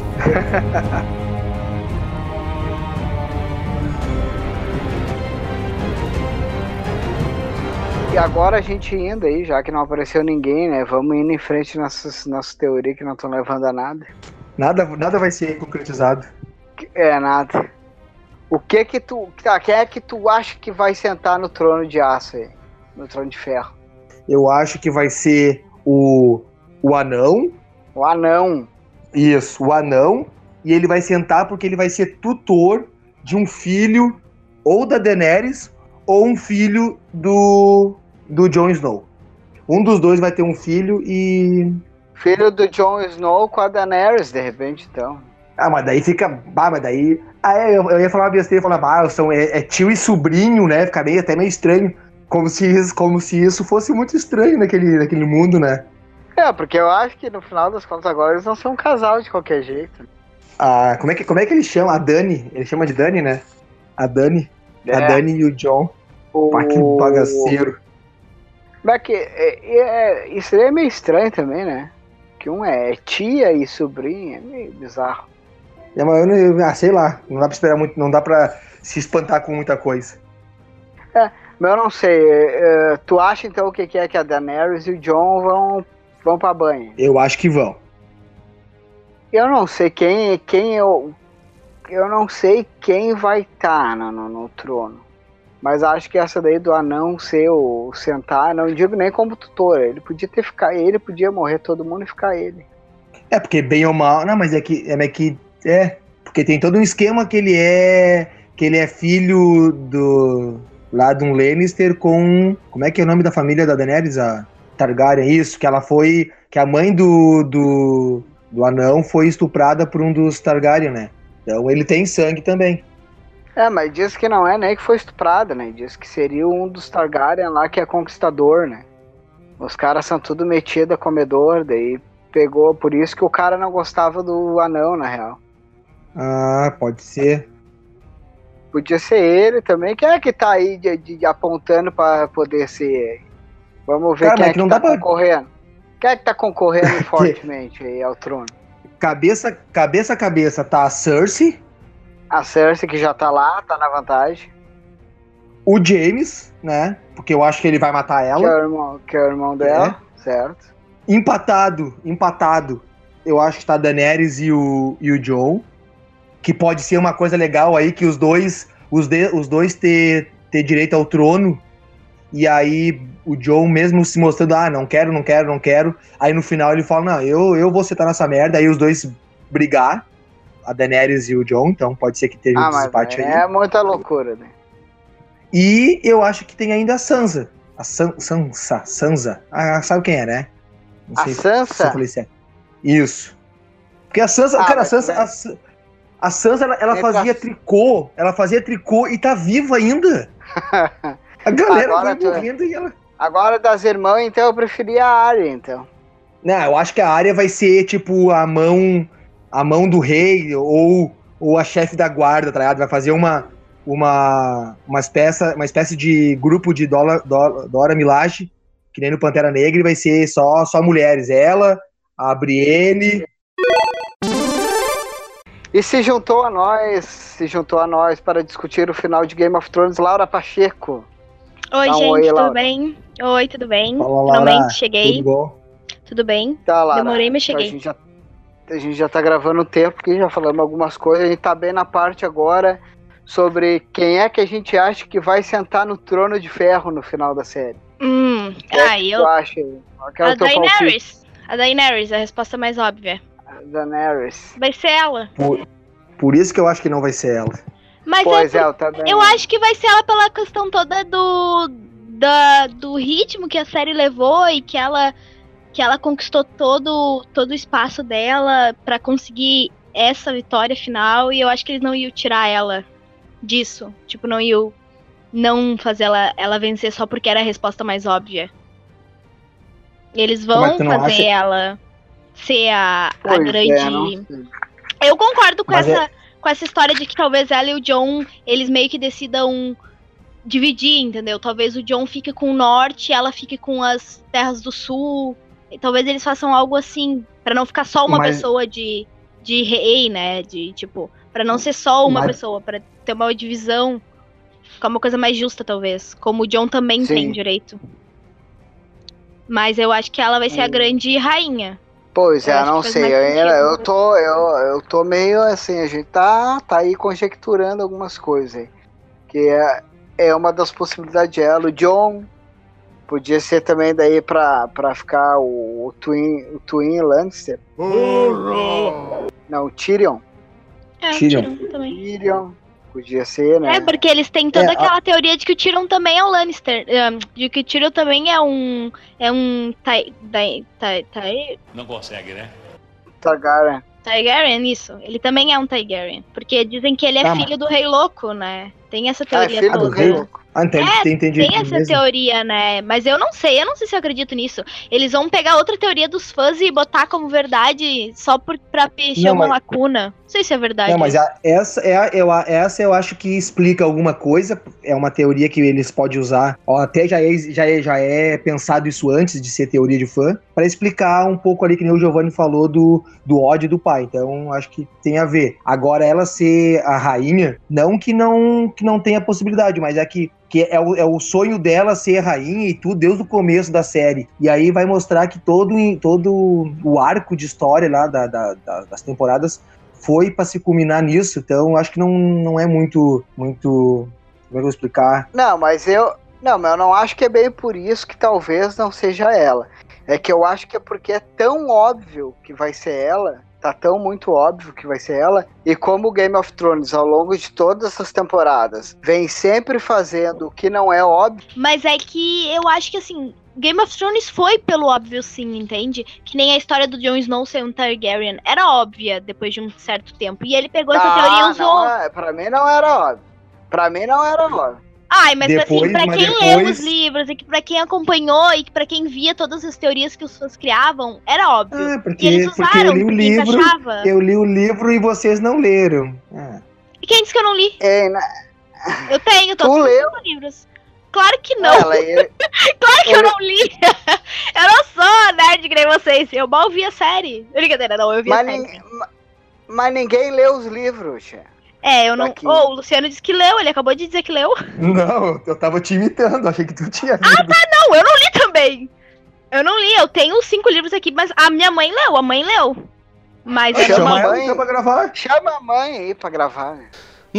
E agora a gente indo aí, já que não apareceu ninguém, né? Vamos indo em frente nessas nossas teorias que não estão levando a nada. Nada, nada vai ser concretizado. É, nada. O que que tu... Tá, quem é que tu acha que vai sentar no trono de aço aí? No trono de ferro? Eu acho que vai ser o... O anão. O anão. Isso, o anão. E ele vai sentar porque ele vai ser tutor de um filho ou da Daenerys ou um filho do... do Jon Snow. Um dos dois vai ter um filho e... Filho do Jon Snow com a Daenerys, de repente, então. Ah, mas daí fica... Ah, mas daí... Ah, é, eu, eu ia falar uma besteira, falar, ah, são, é, é tio e sobrinho, né? Fica meio, até meio estranho. Como se, como se isso fosse muito estranho naquele, naquele mundo, né? É, porque eu acho que no final das contas agora eles vão ser um casal de qualquer jeito. Ah, como é que, como é que ele chama? A Dani? Ele chama de Dani, né? A Dani. É. A Dani e o Jon. O... Pá, que bagaceiro. Mas que, é, é, isso aí é meio estranho também, né? Que um é tia e sobrinha, é meio bizarro. É, mas eu não, ah, sei lá, não dá pra esperar muito, não dá pra se espantar com muita coisa. É, mas eu não sei, é, tu acha então o que é que a Daenerys e o Jon vão, vão pra banha? Eu acho que vão. Eu não sei quem, quem eu, eu não sei quem vai estar tá no, no, no trono. Mas acho que essa daí do anão ser o sentar, não digo nem como tutor, ele podia ter ficar, ele podia morrer todo mundo e ficar ele. É, porque bem ou mal, não, mas é que, é que, é, porque tem todo um esquema que ele é, que ele é filho do, lá de um Lannister com, como é que é o nome da família da Daenerys? A Targaryen, isso, que ela foi, que a mãe do, do, do anão foi estuprada por um dos Targaryen, né? Então ele tem sangue também. É, mas diz que não é nem que foi estuprada, né? Diz que seria um dos Targaryen lá que é conquistador, né? Os caras são tudo metido a comedor, daí pegou, por isso que o cara não gostava do anão, na real. Ah, pode ser. Podia ser ele também. Quem é que tá aí de, de, apontando pra poder ser? Vamos ver, cara, quem é que, que tá concorrendo. Pra... Quem é que tá concorrendo fortemente aí ao trono? Cabeça, cabeça a cabeça tá a Cersei. A Cersei que já tá lá, tá na vantagem. O James, né? Porque eu acho que ele vai matar ela. Que é o irmão, que é o irmão dela, é. Certo. Empatado, empatado. Eu acho que tá a Daenerys e o, e o Jon. Que pode ser uma coisa legal aí, que os dois, os, de, os dois ter, ter direito ao trono. E aí o Jon mesmo se mostrando, ah, não quero, não quero, não quero. Aí no final ele fala, não, eu, eu vou sentar nessa merda. Aí os dois brigar. A Daenerys e o Jon, então pode ser que tenha ah, um desempate é aí. É muita loucura, né? E eu acho que tem ainda a Sansa. A San, Sansa, Sansa. Ah, sabe quem é, né? Não sei a Sansa? Se eu falei certo. Isso. Porque a Sansa, ah, cara, a Sansa, a, a Sansa, ela, ela fazia pra... tricô, ela fazia tricô e tá viva ainda. A galera agora vai tu... morrendo e ela... Agora das irmãs, então eu preferia a Arya, então. Não, eu acho que a Arya vai ser, tipo, a mão... a mão do rei ou, ou a chefe da guarda, tá ligado? Vai fazer uma, uma, uma, espécie, uma espécie de grupo de Dora, Dora, Dora Milaje, que nem no Pantera Negra, e vai ser só, só mulheres. Ela, a Brienne... E se juntou a nós, se juntou a nós para discutir o final de Game of Thrones, Laura Pacheco. Oi, Dá um gente, oi, tudo Laura. bem? Oi, tudo bem? Fala, Finalmente Laura. cheguei. Tudo bom? Tudo bem? Tá, Laura. Demorei, mas cheguei. A gente já A gente já tá gravando um tempo aqui, já falamos algumas coisas. A gente tá bem na parte agora sobre quem é que a gente acha que vai sentar no trono de ferro no final da série. Hum, que ah, é que eu... tu acha? A Daenerys. A Daenerys, a resposta mais óbvia. A Daenerys. Vai ser ela. Por, por isso que eu acho que não vai ser ela. Mas pois eu, é, eu, também... eu acho que vai ser ela pela questão toda do... da, do ritmo que a série levou e que ela, que ela conquistou todo, todo o espaço dela pra conseguir essa vitória final, e eu acho que eles não iam tirar ela disso. Tipo, não iam não fazer ela, ela vencer só porque era a resposta mais óbvia. Eles vão fazer acha... ela ser a, a Pois grande... é, não sei. Eu concordo com Mas essa, é... com essa história de que talvez ela e o Jon, eles meio que decidam dividir, entendeu? Talvez o Jon fique com o norte, ela fique com as terras do sul. E talvez eles façam algo assim, pra não ficar só uma Mas... pessoa de, de rei, né? De, tipo, pra não ser só uma Mas... pessoa, pra ter uma divisão, ficar uma coisa mais justa, talvez. Como o Jon também Sim. tem direito. Mas eu acho que ela vai ser a grande rainha. Pois Eu é, acho não que faz sei. mais Eu, sentido. ainda- eu, tô, eu, eu tô meio assim, a gente tá, tá aí conjecturando algumas coisas aí. Que é, é uma das possibilidades dela. O Jon podia ser também daí pra, pra ficar o, o, Twin, o Twin Lannister. Não, o Tyrion. É, Tyrion. o Tyrion também. Tyrion. Podia ser, né? É, porque eles têm toda É, a- aquela teoria de que o Tyrion também é um Lannister. um, De que o Tyrion também é um. É um. Tai, tai, tai, tai, Não consegue, né? Targaryen. Targaryen, isso. Ele também é um Targaryen. Porque dizem que ele é Tá, mas- filho do Rei Louco, né? Tem essa Ah, é teoria filho do toda. Rei Louco. Ah, então É, tem, tem, Tem essa teoria, né? Mas eu não sei, eu não sei se eu acredito nisso. Eles vão pegar outra teoria dos fãs e botar como verdade só por, pra preencher Não, uma mas- lacuna. Não sei se é verdade. Não, mas a- essa, é, a- eu, a- essa eu acho que explica alguma coisa. É uma teoria que eles podem usar. Ó, até já é, já, é, já é pensado isso antes de ser teoria de fã, para explicar um pouco ali, que nem o Giovanni falou, do, do ódio do pai. Então, acho que tem a ver. Agora, ela ser a rainha, não que não, que não tenha possibilidade, mas é que que é o, é o sonho dela ser rainha e tudo, desde o começo da série. E aí vai mostrar que todo, todo o arco de história lá da, da, da, das temporadas foi pra se culminar nisso. Então, acho que não, não é muito, muito... Como é que eu vou explicar? Não, mas eu. Não, mas eu não acho que é bem por isso que talvez não seja ela. É que eu acho que é porque é tão óbvio que vai ser ela. Tá tão muito óbvio que vai ser ela. E como o Game of Thrones, ao longo de todas essas temporadas, vem sempre fazendo o que não é óbvio. Mas é que eu acho que, assim, Game of Thrones foi pelo óbvio, sim, entende? Que nem a história do Jon Snow ser um Targaryen. Era óbvia depois de um certo tempo. E ele pegou essa teoria e usou... não é, pra mim não era óbvio. Pra mim não era óbvio. Ai, mas Depois, assim, pra mas quem depois- leu os livros e que pra quem acompanhou e que pra quem via todas as teorias que os fãs criavam, era óbvio. Ah, E porque, eles porque usaram, eu li o porque livro, encaixava. eu li o livro e vocês não leram. Ah. E quem disse que eu não li? É, né? Eu tenho, Tu todos leu? os livros. Claro que não. Ela, ele- Claro que eu eu- não li. Eu não sou nerd que nem vocês. Eu mal vi a série. Brincadeira, não, eu vi a mas, série. nin- ma- mas ninguém lê os livros, Xê. É, eu não. Daqui. Ô, o Luciano disse que leu, ele acabou de dizer que leu. Não, eu tava te imitando, achei que tu tinha lido. Não, eu não li também. Eu não li, eu tenho os cinco livros aqui, mas a minha mãe leu, a mãe leu. Mas Chama eu não. Chama a ela mãe. então pra gravar. Chama a mãe aí pra gravar. Né?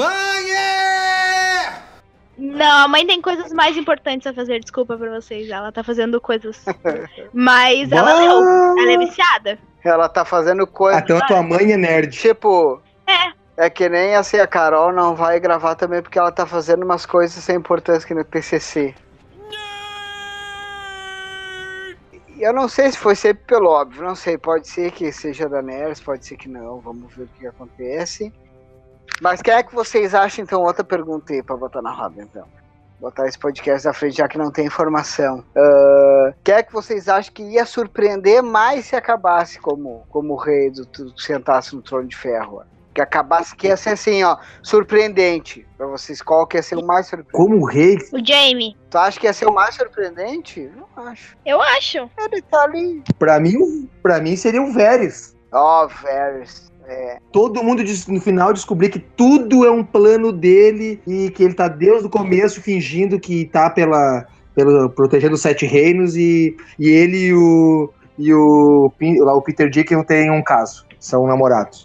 Não, a mãe tem coisas mais importantes a fazer, desculpa pra vocês. Ela tá fazendo coisas. Mas ela Bah! leu. Ela é viciada. Ela tá fazendo coisa. Ah, então a tua mãe é nerd. Tipo. É. É que nem assim, a Carol não vai gravar também porque ela tá fazendo umas coisas sem importância aqui no T C C. E eu não sei se foi sempre pelo óbvio, não sei, pode ser que seja da Nerds, pode ser que não, vamos ver o que acontece. Mas quem é que vocês acham, então, outra pergunta aí pra botar na roda, então. Botar esse podcast à frente, já que não tem informação. Uh, quem é que vocês acham que ia surpreender mais se acabasse como, como rei, do, do, sentasse no trono de ferro? Ó? Que acabasse, que ia ser assim, ó, surpreendente. Pra vocês, qual que ia ser o mais surpreendente? Como rei, O Jaime. Tu acha que ia ser o mais surpreendente? Não acho. Eu acho. Ele tá ali. pra mim, pra mim seria o Varys. Ó, oh, Varys. É. Todo mundo des- no final descobrir que tudo é um plano dele e que ele tá desde o começo fingindo que tá pela, pelo, protegendo os Sete Reinos e, e ele e o, e o, Pin- lá, o Peter Dinklage têm um caso. São namorados.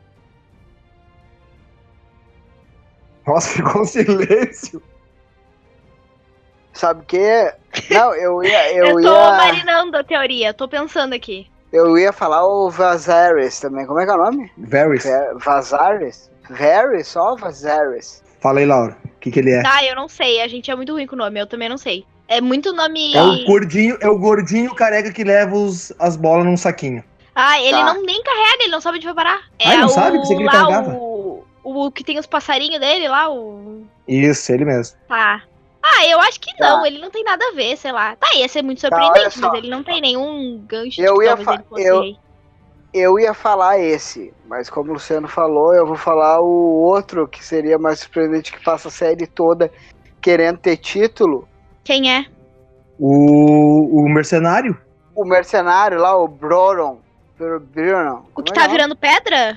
Nossa, ficou um silêncio. Sabe o que? Não, eu ia. Eu, Eu, tô ia, marinando a teoria, tô pensando aqui. eu ia falar o Vazares também. Como é que é o nome? Varys. Va- Vazares? Varys? Só Vazares. Fala aí, Laura. O que, que ele é? Ah, eu não sei, a gente é muito ruim com o nome, eu também não sei. É muito nome... É o gordinho, é o gordinho careca que leva os, as bolas num saquinho. Ah, ele Tá. não nem carrega, ele não sabe onde vai parar. É Ah, ele não o, sabe? Pensei que ele lá carregava. o, o que tem os passarinhos dele lá, o... Isso, ele mesmo. Tá. Ah, eu acho que Tá. não, ele não tem nada a ver, sei lá. Tá, ia ser muito olha surpreendente, só. mas ele não tem nenhum gancho Eu de que ia talvez fa- ele fosse eu- rei. Eu ia falar esse, mas como o Luciano falou, eu vou falar o outro que seria mais surpreendente, que passa a série toda querendo ter título. Quem é? O, o mercenário? O mercenário lá, o Broron. Br- Broron. O que Como é tá o nome? virando pedra?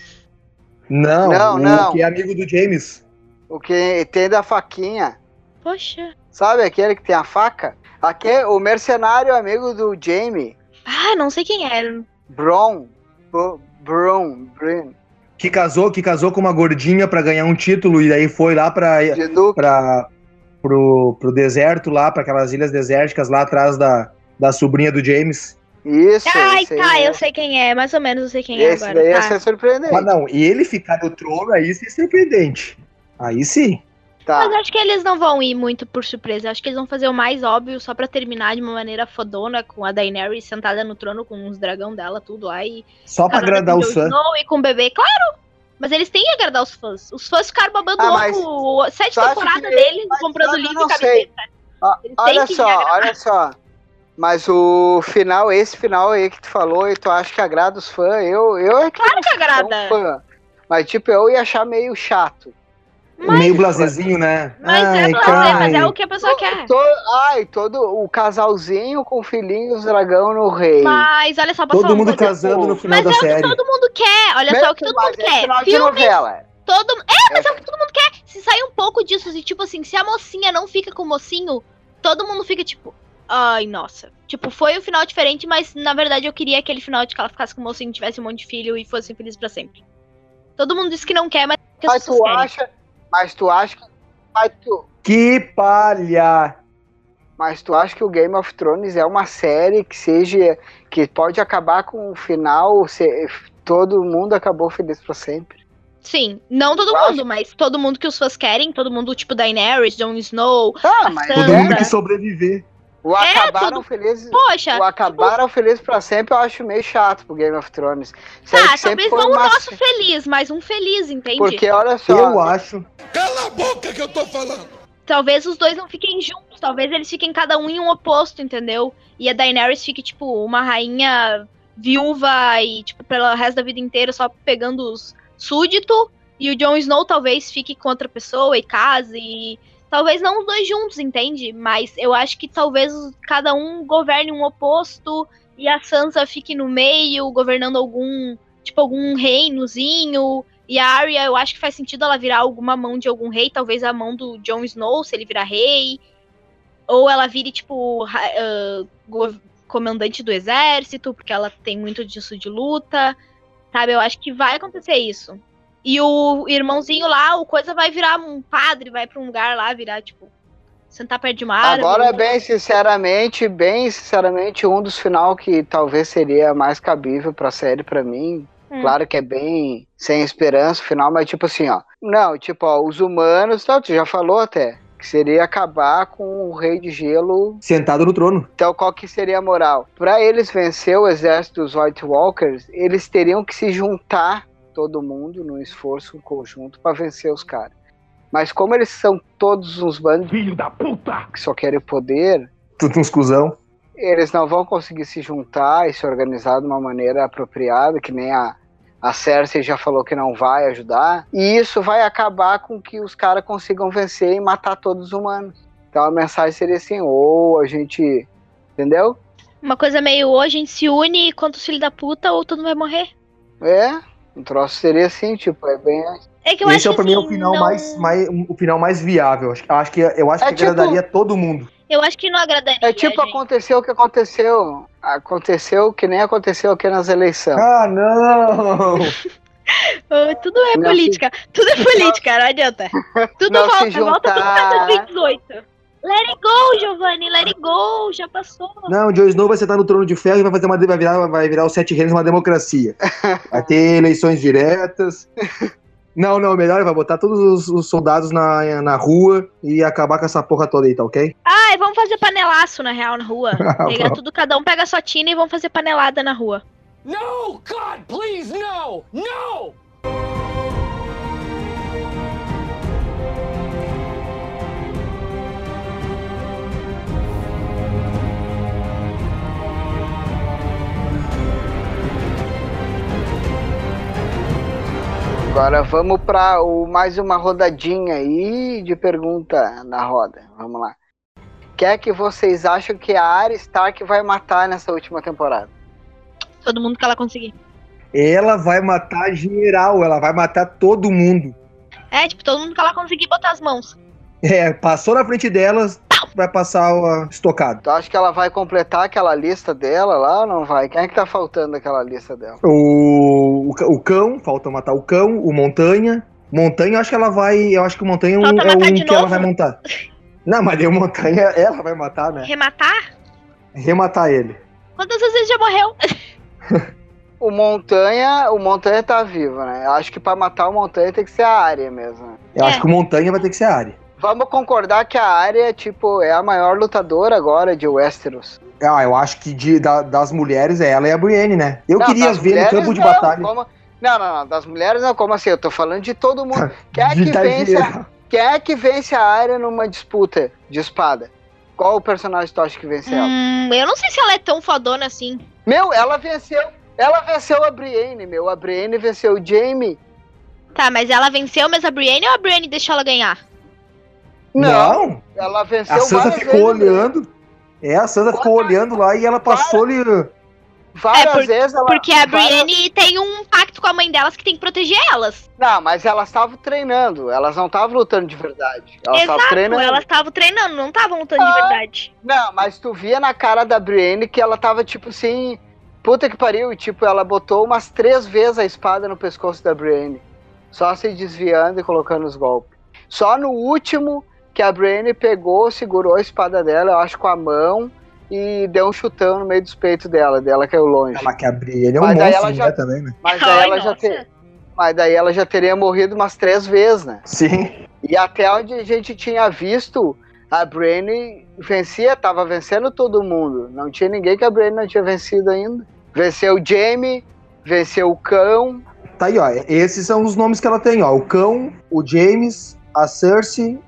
Não, Não, o não. que é amigo do James. O que tem da faquinha. Poxa. Sabe aquele que tem a faca? Aqui, o mercenário amigo do Jamie. Ah, não sei quem é. Bron. Br- Bron. Brin. Que casou, que casou com uma gordinha pra ganhar um título e daí foi lá pra, De Duke. pra, pro, pro deserto lá, pra aquelas ilhas desérticas lá atrás da, da sobrinha do James. Isso, Ai, esse aí tá, mesmo. eu sei quem é. Mais ou menos eu sei quem Esse é daí agora. ia Tá. ser surpreendente. Ah, não, e ele ficar no trono aí sim é surpreendente. Aí sim. Tá. Mas acho que eles não vão ir muito por surpresa. Acho que eles vão fazer o mais óbvio só pra terminar de uma maneira fodona com a Daenerys sentada no trono com os dragão dela, tudo lá. E Só pra casada agradar com os Jon fãs. Snow e com o bebê, claro! Mas eles têm que agradar os fãs. Os fãs ficaram babando Ah, mas ovo sete tu acha temporadas que- deles, mas comprando eu livro não e sei. camiseta. Ó, Eles têm olha que só, me agradar. olha só. Mas o final, esse final aí que tu falou, e tu acha que agrada os fãs, eu, eu é que Claro que sou agrada. um fã. Mas tipo, eu ia achar meio chato. Mas, Meio blazezinho, né? mas é Ai, blazer, mas é Caio. o que a pessoa quer. To- ai, todo o casalzinho com o filhinho e os dragão no rei. Mas olha só, posso falar Todo uma mundo coisa? casando no final Mas da é o que série. todo mundo quer. Olha só, é o que todo Mas mundo é quer. final de Filmes, novela. todo... É, mas é o que todo mundo quer. Se sair um pouco disso, e tipo assim, se a mocinha não fica com o mocinho, todo mundo fica tipo, ai, nossa. Tipo, foi um final diferente, mas na verdade eu queria aquele final de que ela ficasse com o mocinho, tivesse um monte de filho e fosse feliz pra sempre. Todo mundo disse que não quer, mas que as Mas pessoas tu querem. acha, mas tu acha que mas tu, Que palha! mas tu acha que o Game of Thrones é uma série que seja que pode acabar com o final, se, todo mundo acabou feliz pra sempre. Sim, não todo Eu mundo, acho- mas todo mundo que os fãs querem, todo mundo tipo Daenerys, Jon Snow, Ah, a mas Todo Sansa. mundo que sobreviver. o É, acabaram tudo- felizes, Poxa, o acabaram felizes pra sempre, eu acho meio chato pro Game of Thrones. Série tá, que sempre talvez foi não o uma- nosso feliz, mas um feliz, entende? Porque olha só, Eu acho. Cala a boca que eu tô falando! Talvez os dois não fiquem juntos, talvez eles fiquem cada um em um oposto, entendeu? E a Daenerys fique, tipo, uma rainha viúva e, tipo, pelo resto da vida inteira só pegando os súditos. E o Jon Snow talvez fique com outra pessoa e case. E talvez não os dois juntos, entende? Mas eu acho que talvez cada um governe um oposto e a Sansa fique no meio, governando algum, tipo, algum reinozinho. E a Arya, eu acho que faz sentido ela virar alguma mão de algum rei, talvez a mão do Jon Snow, se ele virar rei. Ou ela vire, tipo, ra- ah, go- comandante do exército, porque ela tem muito disso de luta. Sabe, eu acho que vai acontecer isso. E o irmãozinho lá, o coisa vai virar um padre, vai pra um lugar lá, virar, tipo, sentar perto de uma árvore. agora bem sinceramente, bem sinceramente, um dos final que talvez seria mais cabível pra série pra mim. Hum. Claro que é bem sem esperança o final, mas tipo assim, ó. Não, tipo, ó, os humanos, tá, tu já falou até, que seria acabar com o Rei de Gelo. Sentado no trono. Então qual que seria a moral? Pra eles vencer o exército dos White Walkers, eles teriam que se juntar todo mundo num esforço conjunto pra vencer os caras. Mas como eles são todos uns bandos Filho da puta! que só querem o poder, Tudo uns cuzão. eles não vão conseguir se juntar e se organizar de uma maneira apropriada, que nem a, a Cersei já falou que não vai ajudar, e isso vai acabar com que os caras consigam vencer e matar todos os humanos. Então a mensagem seria assim, ou a gente, entendeu? Uma coisa meio, ou a gente se une contra os filhos da puta, ou todo mundo vai morrer. É, um troço seria assim, tipo, é bem... É que eu Esse acho é pra que, mim assim, o final não... mais, mais o final mais viável. Acho, acho que eu acho É que tipo- agradaria todo mundo. Eu acho que não agradaria, É tipo, gente. aconteceu o que aconteceu, aconteceu que nem aconteceu aqui nas eleições. Ah, não! Oh, tudo é Não política. Tudo é política, não adianta. Tudo não se volta, volta tudo juntar. pra dois mil e dezoito. Let it go, Giovanni, let it go, já passou. Não, o Jon Snow vai sentar no trono de ferro e vai fazer uma vai virar, vai virar os sete reinos uma democracia. Vai ter eleições diretas. Não, não, melhor vai botar todos os, os soldados na, na rua e acabar com essa porra toda aí, tá ok? Ah, É, vamos fazer panelaço, na real, na rua. Pega tudo, cada um pega a sua tina e vamos fazer panelada na rua. No, God, please, no! No! Agora vamos para mais uma rodadinha aí de pergunta na roda. Vamos lá. Quem é que vocês acham que a Arya Stark vai matar nessa última temporada? Todo mundo que ela conseguir. Ela vai matar geral, ela vai matar todo mundo. É, tipo, todo mundo que ela conseguir botar as mãos. É, passou na frente delas, vai passar o estocado. Tu acha que ela vai completar aquela lista dela lá ou não vai? Quem é que tá faltando daquela lista dela? O, o, o cão, falta matar o cão, o Montanha. Montanha, eu acho que ela vai. Eu acho que o Montanha é um, Falta é um matar de que ela novo? vai montar. Não, mas aí o Montanha, ela vai matar, né? Rematar? Rematar ele. Quantas vezes já morreu? O Montanha, o Montanha tá vivo, né? Eu acho que pra matar o Montanha tem que ser a Arya mesmo. Né? Eu É. acho que o Montanha vai ter que ser a Arya. Vamos concordar que a Arya, tipo, é a maior lutadora agora de Westeros. Ah, eu acho que de, da- das mulheres é ela e a Brienne, né? Eu Não, queria das ver no mulheres campo de não, batalha. como- Não, não, não, das mulheres não, como assim? Eu tô falando de todo mundo. Quem é que De vence a... Itageira. Quem é que vence a Arya numa disputa de espada? Qual o personagem tu acha que vence ela? Hum, eu não sei se ela é tão fodona assim. Meu, ela venceu. Ela venceu a Brienne, meu. A Brienne venceu o Jaime. Tá, mas ela venceu mesmo a Brienne ou a Brienne deixou ela ganhar? Não, Não, ela venceu a Sansa várias ficou vezes a Brienne. olhando. É, a Sansa ficou olhando lá e ela passou-lhe. Várias É, por- vezes ela... Porque a várias- Brienne tem um pacto com a mãe delas que tem que proteger elas. Não, mas elas estavam treinando. Elas não estavam lutando de verdade. Elas estavam Exato, treinando. elas estavam treinando, não estavam lutando de Ah. verdade. Não, mas tu via na cara da Brienne que ela tava tipo assim... Puta que pariu. E, tipo, ela botou umas três vezes a espada no pescoço da Brienne. Só se desviando e colocando os golpes. Só no último que a Brienne pegou, segurou a espada dela, eu acho, com a mão... E deu um chutão no meio dos peitos dela. Dela caiu longe. Ela que a Brienne é um Mas daí monstro, ela já- né, também, né? Mas daí, Ai, ela já nossa. te... Mas daí ela já teria morrido umas três vezes, né? Sim. E até onde a gente tinha visto, a Brienne vencia, tava vencendo todo mundo. Não tinha ninguém que a Brienne não tinha vencido ainda. Venceu o Jaime, venceu o Cão. Tá aí, ó. Esses são os nomes que ela tem, ó. O Cão, o James, a Cersei,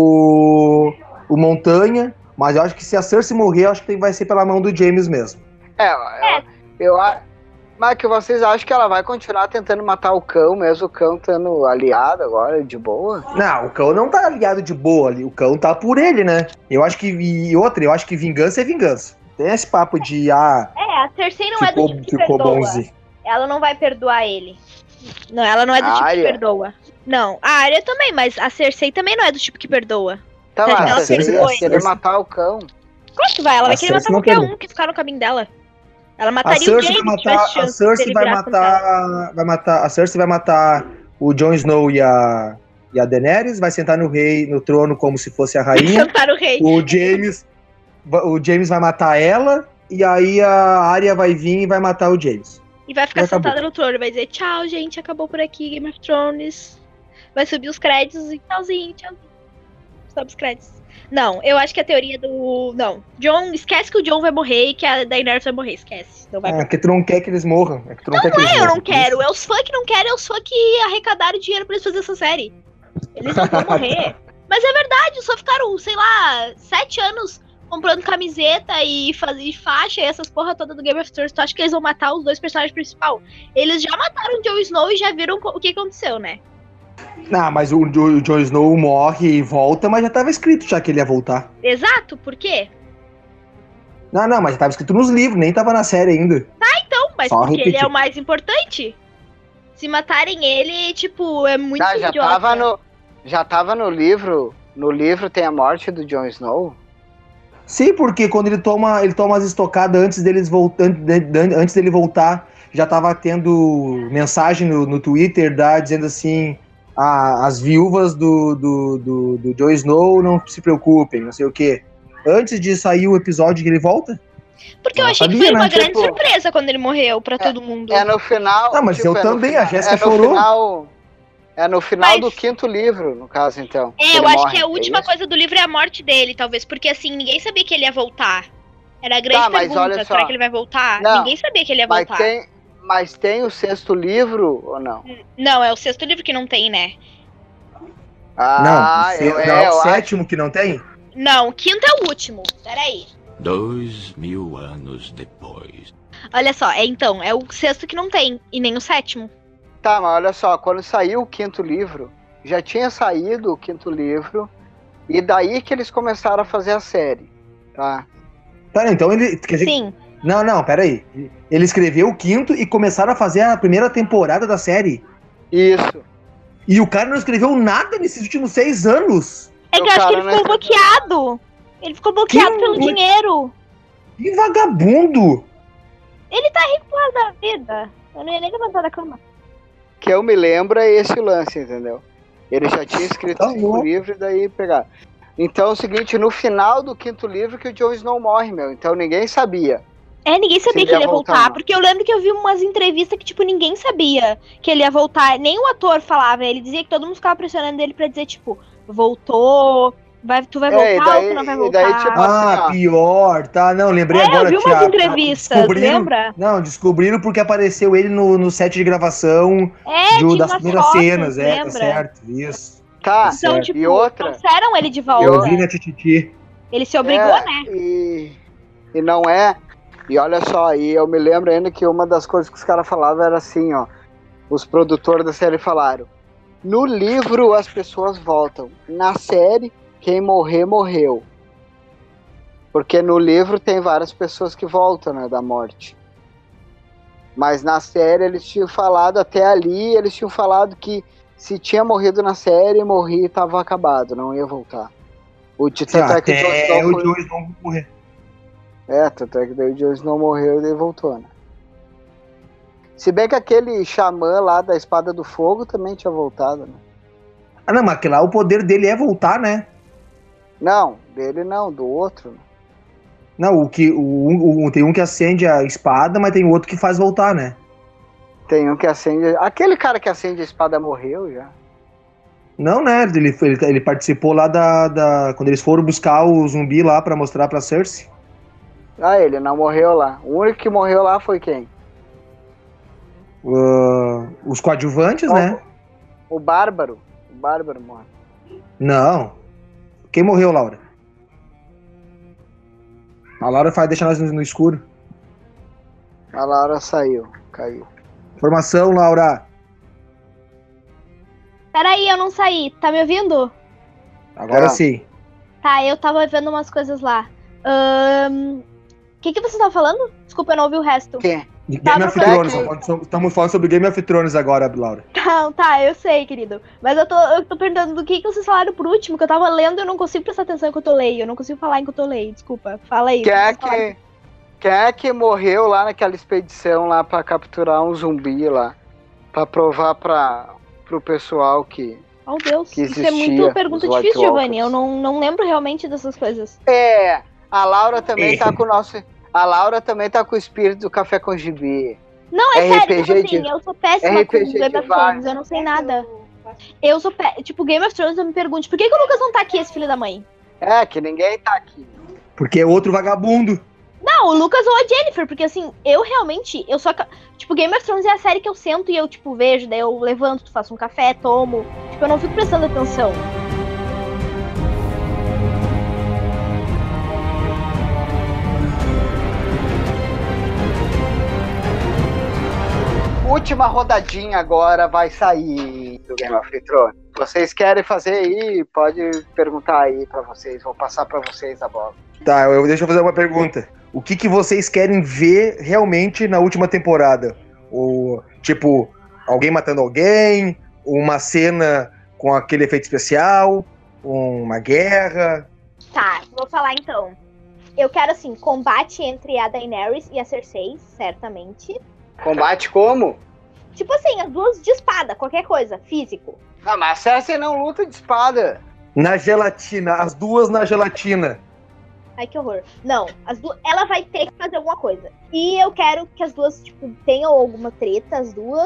o, o Montanha. Mas eu acho que se a Cersei morrer, eu acho que vai ser pela mão do James mesmo. É, é. eu, eu a- Mas que vocês acham que ela vai continuar tentando matar o Cão, mesmo o Cão estando aliado agora, de boa? Não, o Cão não tá aliado de boa ali. O Cão tá por ele, né? Eu acho que... E outra, eu acho que vingança é vingança. Tem esse papo de, ah, É, a Cersei não é ficou, do tipo que ficou perdoa. bonzinho. Ela não vai perdoar ele. Não, ela não é do A tipo Arya? que perdoa. Não, a Arya também, mas a Cersei também não é do tipo que perdoa. Tá Ela lá, você perdoou vai ele. querer matar o Cão. Claro que vai, ela vai A querer matar Cersei não qualquer perdoa. um que ficar no caminho dela. Ela A mataria o Cersei Jaime vai se tivesse matar, a chance Cersei dele vai virar contra ela. matar, vai matar, a Cersei vai matar o Jon Snow e a e a Daenerys, vai sentar no rei, no trono como se fosse a rainha. Sentar o rei. O James, va- o James vai matar ela e aí a Arya vai vir e vai matar o James. E vai ficar E acabou. sentada no trono, vai dizer tchau, gente, acabou por aqui, Game of Thrones. Vai subir os créditos e tchauzinho, tchauzinho. Sobe os créditos. Não, eu acho que a teoria do... Não, Jon, esquece que o Jon vai morrer e que a Daenerys vai morrer, esquece. Não vai É morrer. que tu não quer que eles morram. É que tu não, quer que eles É, eu morram. não quero, é os fãs que não querem, é os fãs que arrecadaram dinheiro pra eles fazerem essa série. Eles não vão morrer. Mas é verdade, só ficaram, sei lá, sete anos comprando camiseta e fazer faixa e essas porra toda do Game of Thrones. Tu acha que eles vão matar os dois personagens principais? Eles já mataram o Jon Snow e já viram co- o que aconteceu, né? Não, mas o, Jo- o Jon Snow morre e volta, mas já tava escrito já que ele ia voltar. Exato, por quê? Não, não, mas já tava escrito nos livros, nem tava na série ainda. Então, mas Só porque ele repetir. é o mais importante. Se matarem ele, tipo, é muito Ah, já idiota. tava no. Já tava no livro. No livro tem a morte do Jon Snow. Sim, porque quando ele toma, ele toma as estocadas antes deles voltando, antes dele voltar, já tava tendo mensagem no, no Twitter da, dizendo assim, ah, as viúvas do, do, do, do Jon Snow não se preocupem, não sei o quê. Antes de sair o episódio que ele volta? Porque eu Ela achei que sabia, foi uma né? grande Tipo, surpresa quando ele morreu pra todo mundo. É no final. Ah, mas eu é no também, final- a Jéssica é no chorou. Final, É no final Mas- do quinto livro, no caso, então. É, Ele eu acho morre, que a é última isso? coisa do livro é a morte dele, talvez. Porque assim, ninguém sabia que ele ia voltar. Era a grande Tá, mas pergunta. olha só. Será que ele vai voltar? Não, Ninguém sabia que ele ia Mas voltar. tem, mas tem o sexto livro ou não? Não, é o sexto livro que não tem, né? Ah, não, eu, não, é, é eu o acho. sétimo que não tem? Não, o quinto é o último. Peraí. Dois mil anos depois. Olha só, é então, é o sexto que não tem. E nem o sétimo. Tá, mas olha só, quando saiu o quinto livro, já tinha saído o quinto livro, e daí que eles começaram a fazer a série, tá? Tá, então ele. Quer dizer, Sim. não, não, peraí. Ele escreveu o quinto e começaram a fazer a primeira temporada da série. Isso. E o cara não escreveu nada nesses últimos seis anos. É que O eu acho que cara ele ficou não- bloqueado. Ele ficou bloqueado Que- pelo dinheiro. Que vagabundo! Ele tá rico lá da vida. Eu não ia nem levantar da cama. Que eu me lembro é esse lance, entendeu? Ele já tinha escrito Tá cinco louco. livros e daí pegaram. Então é o seguinte, no final do quinto livro que o Jon Snow morre, meu. Então ninguém sabia. É, ninguém sabia Se que ele ele ia ia voltar, voltar, não. porque eu lembro que eu vi umas entrevistas que, tipo, ninguém sabia que ele ia voltar. Nem o ator falava, ele dizia que todo mundo ficava pressionando ele pra dizer, tipo, voltou, vai, tu vai É, voltar e daí- ou tu não vai e voltar? daí, tipo, Ah, assim, ó. pior, tá? Não, lembrei É, eu agora vi que umas a- entrevistas, descobriram- lembra? Não, descobriram porque apareceu ele no, no set de gravação É, do- tinha das umas primeiras fotos, cenas, é, tá lembra? certo, isso. Tá, Então, certo. tipo, E outra? trouxeram ele de Eu volta. vi na Tititi. Ele se obrigou, É, né? E, e não é. E olha só, e eu me lembro ainda que uma das coisas que os caras falavam era assim, ó. Os produtores da série falaram: no livro as pessoas voltam. Na série, quem morrer, morreu. Porque no livro tem várias pessoas que voltam, né, da morte. Mas na série eles tinham falado, até ali, eles tinham falado que se tinha morrido na série, morria e estava acabado, não ia voltar. O tanto é que o Jon Até Snow o foi- Jon Snow morrer. É, tanto é que daí o Jon Snow morreu e daí voltou, né? Se bem que aquele xamã lá da Espada do Fogo também tinha voltado, né? Ah, não, mas que lá o poder dele é voltar, né? Não, dele não, do outro. Não, o que, o, o- tem um que acende a espada, mas tem outro que faz voltar, né? Tem um que acende... Aquele cara que acende a espada morreu já. Não, né? Ele, ele, ele participou lá da, da. Quando eles foram buscar o zumbi lá pra mostrar pra Cersei. Ah, ele não morreu lá. O único que morreu lá foi quem? Uh, os coadjuvantes, Ó, né? O Bárbaro. O Bárbaro morre. Não. Quem morreu, Laura? A Laura faz deixar nós no, no escuro. A Laura saiu, caiu. Informação, Laura. Peraí, eu não saí. Tá me ouvindo? Agora Tá. sim. Tá, eu tava vendo umas coisas lá. Ahn, O que, que você tava falando? Desculpa, eu não ouvi o resto. Quem? Game Tá, of tá, Thrones. tá. Estamos estamos falando sobre Game of Thrones agora, Laura. Tá, tá, eu sei, querido. Mas eu tô, eu tô perguntando do que, que vocês falaram por último, que eu tava lendo e eu não consigo prestar atenção enquanto eu leio. Eu não consigo falar enquanto eu leio, desculpa. Fala aí. Quem é vocês falaram. que... Quem é que morreu lá naquela expedição lá pra capturar um zumbi lá? Pra provar pra, pro pessoal que... Oh, Deus, que isso é existia, muito pergunta os White difícil, Giovanni. Walkers. Eu não, não lembro realmente dessas coisas. É, a Laura também É. tá com o nosso... A Laura também tá com o espírito do Café com Gibi. Não, é R P sério, G tipo assim, de- eu sou péssima R P com G Game de of Thrones, vários. eu não sei nada. Eu sou pé... Tipo, Game of Thrones, eu me pergunto, por que, que o Lucas não tá aqui, esse filho da mãe? É, que ninguém tá aqui. Porque é outro vagabundo. Não, o Lucas ou a Jennifer, porque assim, eu realmente, eu só... Tipo, Game of Thrones é a série que eu sento e eu, tipo, vejo, daí eu levanto, faço um café, tomo. Tipo, eu não fico prestando atenção. Última rodadinha agora vai sair do Game of Thrones. Vocês querem fazer aí? Pode perguntar aí pra vocês. Vou passar pra vocês a bola. Tá, eu, deixa eu fazer uma pergunta. O que, que vocês querem ver realmente na última temporada? O, tipo, alguém matando alguém? Uma cena com aquele efeito especial? Uma guerra? Tá, vou falar então. Eu quero, assim, combate entre a Daenerys e a Cersei, certamente. Combate como? Tipo assim, as duas de espada, qualquer coisa, físico. Ah, mas a Cersei não luta de espada. Na gelatina, as duas na gelatina. Ai, que horror. Não, as duas, ela vai ter que fazer alguma coisa. E eu quero que as duas, tipo, tenham alguma treta, as duas.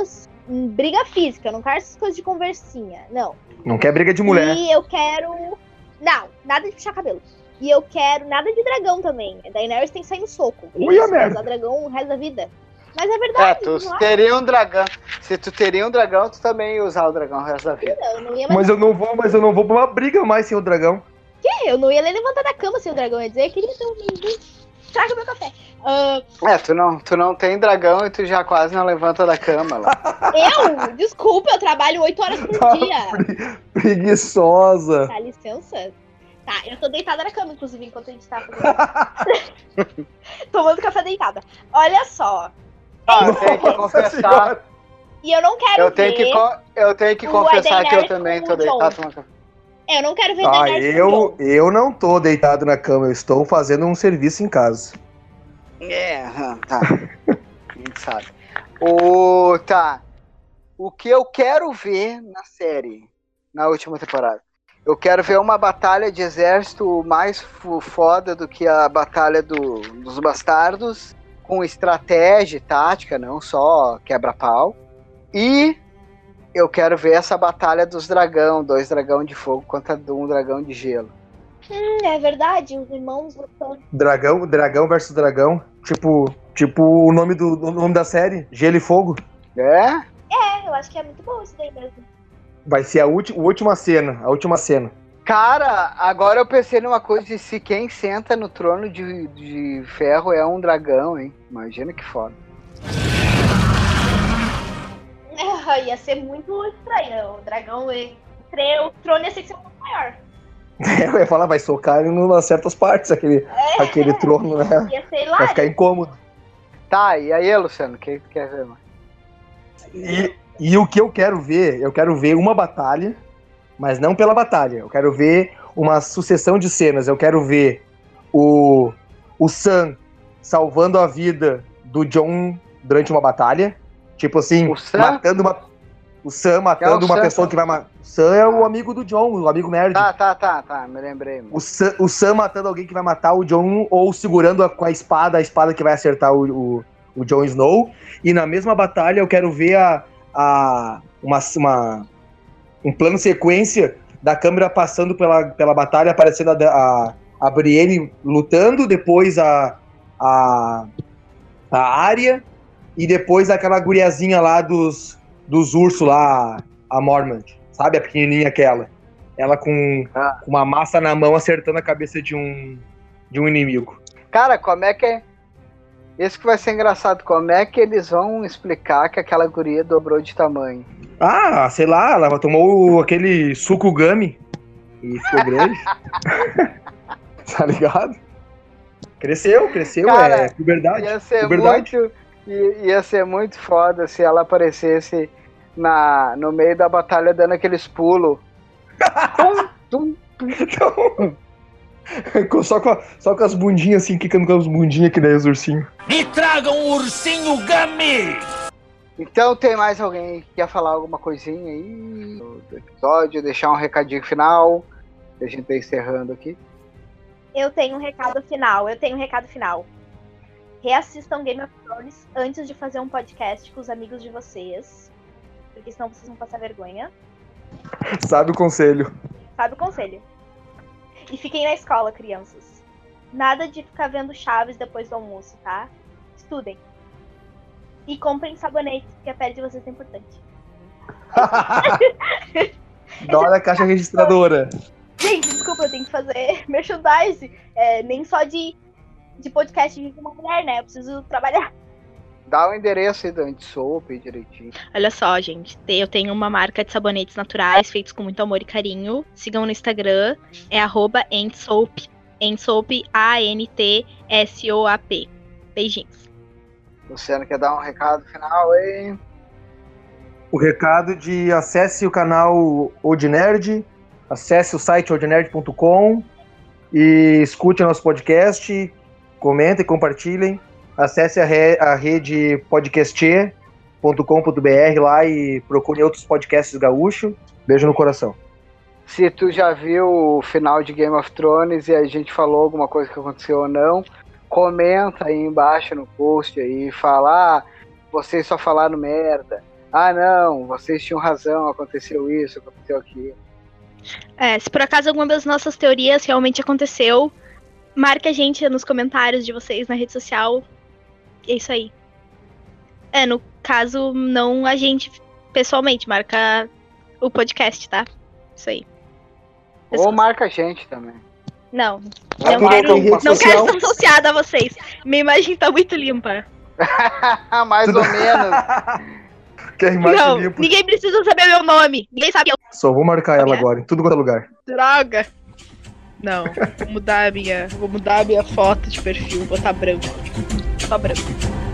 hum, briga física, eu não quero essas coisas de conversinha, não. Não quer briga de mulher. E eu quero... Não, nada de puxar cabelo. E eu quero nada de dragão também. A Daenerys tem que sair no soco. Ui, a merda. Usar dragão o resto da vida. Mas é É, verdade. tu não teria um dragão. Se tu teria um dragão, tu também ia usar o dragão o resto da vida. acho. Eu não ia mais... Mas eu não vou, mas eu não vou pra uma briga mais sem o dragão. Que? Eu não ia nem levantar da cama sem o dragão. Eu ia dizer, queria ter um... Traga meu café. Uh, É, tu não, tu não tem dragão e tu já quase não levanta da cama lá. eu? Desculpa, eu trabalho oito horas por dia. Pre- Preguiçosa. Dá licença? Tá, eu tô deitada na cama, inclusive, enquanto a gente tá fazendo... Tomando café deitada. Olha só. Ah, eu tenho que Nossa confessar. Senhora. E eu não quero Eu ver... tenho que, co- eu tenho que o confessar que eu Daenerys também com tô o Jon. deitado tomando café. Eu não quero ver Ah, Daenerys com o eu, Jon. eu não tô deitado na cama, eu estou fazendo um serviço em casa. É, aham, tá. A gente sabe. O, tá. O que eu quero ver na série, na última temporada? Eu quero ver uma batalha de exército mais fo- foda do que a batalha do- dos bastardos, com estratégia e tática, não só quebra-pau. E eu quero ver essa batalha dos dragão, dois dragão de fogo contra um dragão de gelo. Hum, é verdade, os irmãos lutando. Dragão, dragão versus dragão. Tipo, tipo o nome do o nome da série, Gelo e Fogo. É? É, eu acho que é muito bom isso daí mesmo. Vai ser a, ulti, a última cena, a última cena. Cara, agora eu pensei numa coisa de se quem senta no trono de, de ferro é um dragão, hein? Imagina que foda. É, ia ser muito estranho. O dragão, ele- o trono ia ser ser muito maior. Eu ia falar, vai socar ele em certas partes, aquele, aquele trono, né? Ia ser Vai ficar lá. incômodo. Tá, e aí, Luciano, o que tu quer ver, mano? E, e o que eu quero ver, eu quero ver uma batalha, mas não pela batalha. Eu quero ver uma sucessão de cenas. Eu quero ver o, o Sam salvando a vida do Jon durante uma batalha. Tipo assim, O Sam? matando uma. O Sam matando Quem é o uma Sam? pessoa que vai matar. O Sam é o amigo do Jon, o amigo nerd. Tá, tá, tá, tá, me lembrei, mano. O Sam, o Sam matando alguém que vai matar o Jon ou segurando a- com a espada, a espada que vai acertar o, o, o Jon Snow. E na mesma batalha eu quero ver a, a, uma, uma, um plano sequência da câmera passando pela, pela batalha, aparecendo a, a, a Brienne lutando, depois a, a, a Arya e depois aquela guriazinha lá dos, dos ursos lá, a Mormont, sabe? A pequenininha aquela. Ela com, Ah. com uma massa na mão acertando a cabeça de um, de um inimigo. Cara, como é que é? Esse que vai ser engraçado. Como é que eles vão explicar que aquela guria dobrou de tamanho? Ah, sei lá, ela tomou aquele suco gummy e ficou grande. Tá ligado? Cresceu, cresceu, Cara, é puberdade. Ia ser puberdade. muito, i- ia ser muito foda se ela aparecesse na, no meio da batalha dando aqueles pulos. Tum, tum. Então, com- só, com a- só com as bundinhas assim, quicando com as bundinhas que nem os ursinhos. Me tragam um ursinho Gummy! Então tem mais alguém que quer falar alguma coisinha aí do do episódio, deixar um recadinho final, que a gente tá encerrando aqui. Eu tenho um recado final, eu tenho um recado final. Reassistam Game of Thrones antes de fazer um podcast com os amigos de vocês, porque senão vocês vão passar vergonha. Sabe o conselho. Sabe o conselho? E fiquem na escola, crianças. Nada de ficar vendo Chaves depois do almoço, tá? Estudem. E comprem sabonete, porque a pele de vocês é importante. Dá olha a caixa registradora. Gente, desculpa, eu tenho que fazer merchandise. É, nem só de, de podcast de uma mulher, né? Eu preciso trabalhar. Dá o endereço aí do Antissoap aí direitinho. Olha só, gente. te- Eu tenho uma marca de sabonetes naturais feitos com muito amor e carinho. Sigam no Instagram. É arroba Antsoap. Antsoap, A N T S O A P. Beijinhos. Luciano quer dar um recado final aí? O recado de acesse o canal Odinerd, acesse o site odinerd ponto com e escute nosso podcast, comentem, compartilhem, acesse a, re- a rede podcast ponto com ponto b r lá e procure outros podcasts gaúcho. Beijo no coração. Se tu já viu o final de Game of Thrones e a gente falou alguma coisa que aconteceu ou não, comenta aí embaixo no post aí, fala, ah, vocês só falaram merda, ah, não, vocês tinham razão, aconteceu isso, aconteceu aquilo. É, se por acaso alguma das nossas teorias realmente aconteceu, marque a gente nos comentários de vocês na rede social. É isso aí. É, no caso, não a gente pessoalmente, marca o podcast, tá? Isso aí. Ou marca a gente também. Não, Ah, não, quero, tem rede não quero social? estar associada a vocês. Minha imagem tá muito limpa. Mais Tudo- ou menos. Que a imagem Não, limpa. ninguém precisa saber meu nome. Ninguém sabe. Eu... Só vou marcar ela É. agora, em tudo quanto é lugar. Droga! Não, vou mudar a minha. Vou mudar a minha foto de perfil, botar branco. Só branco.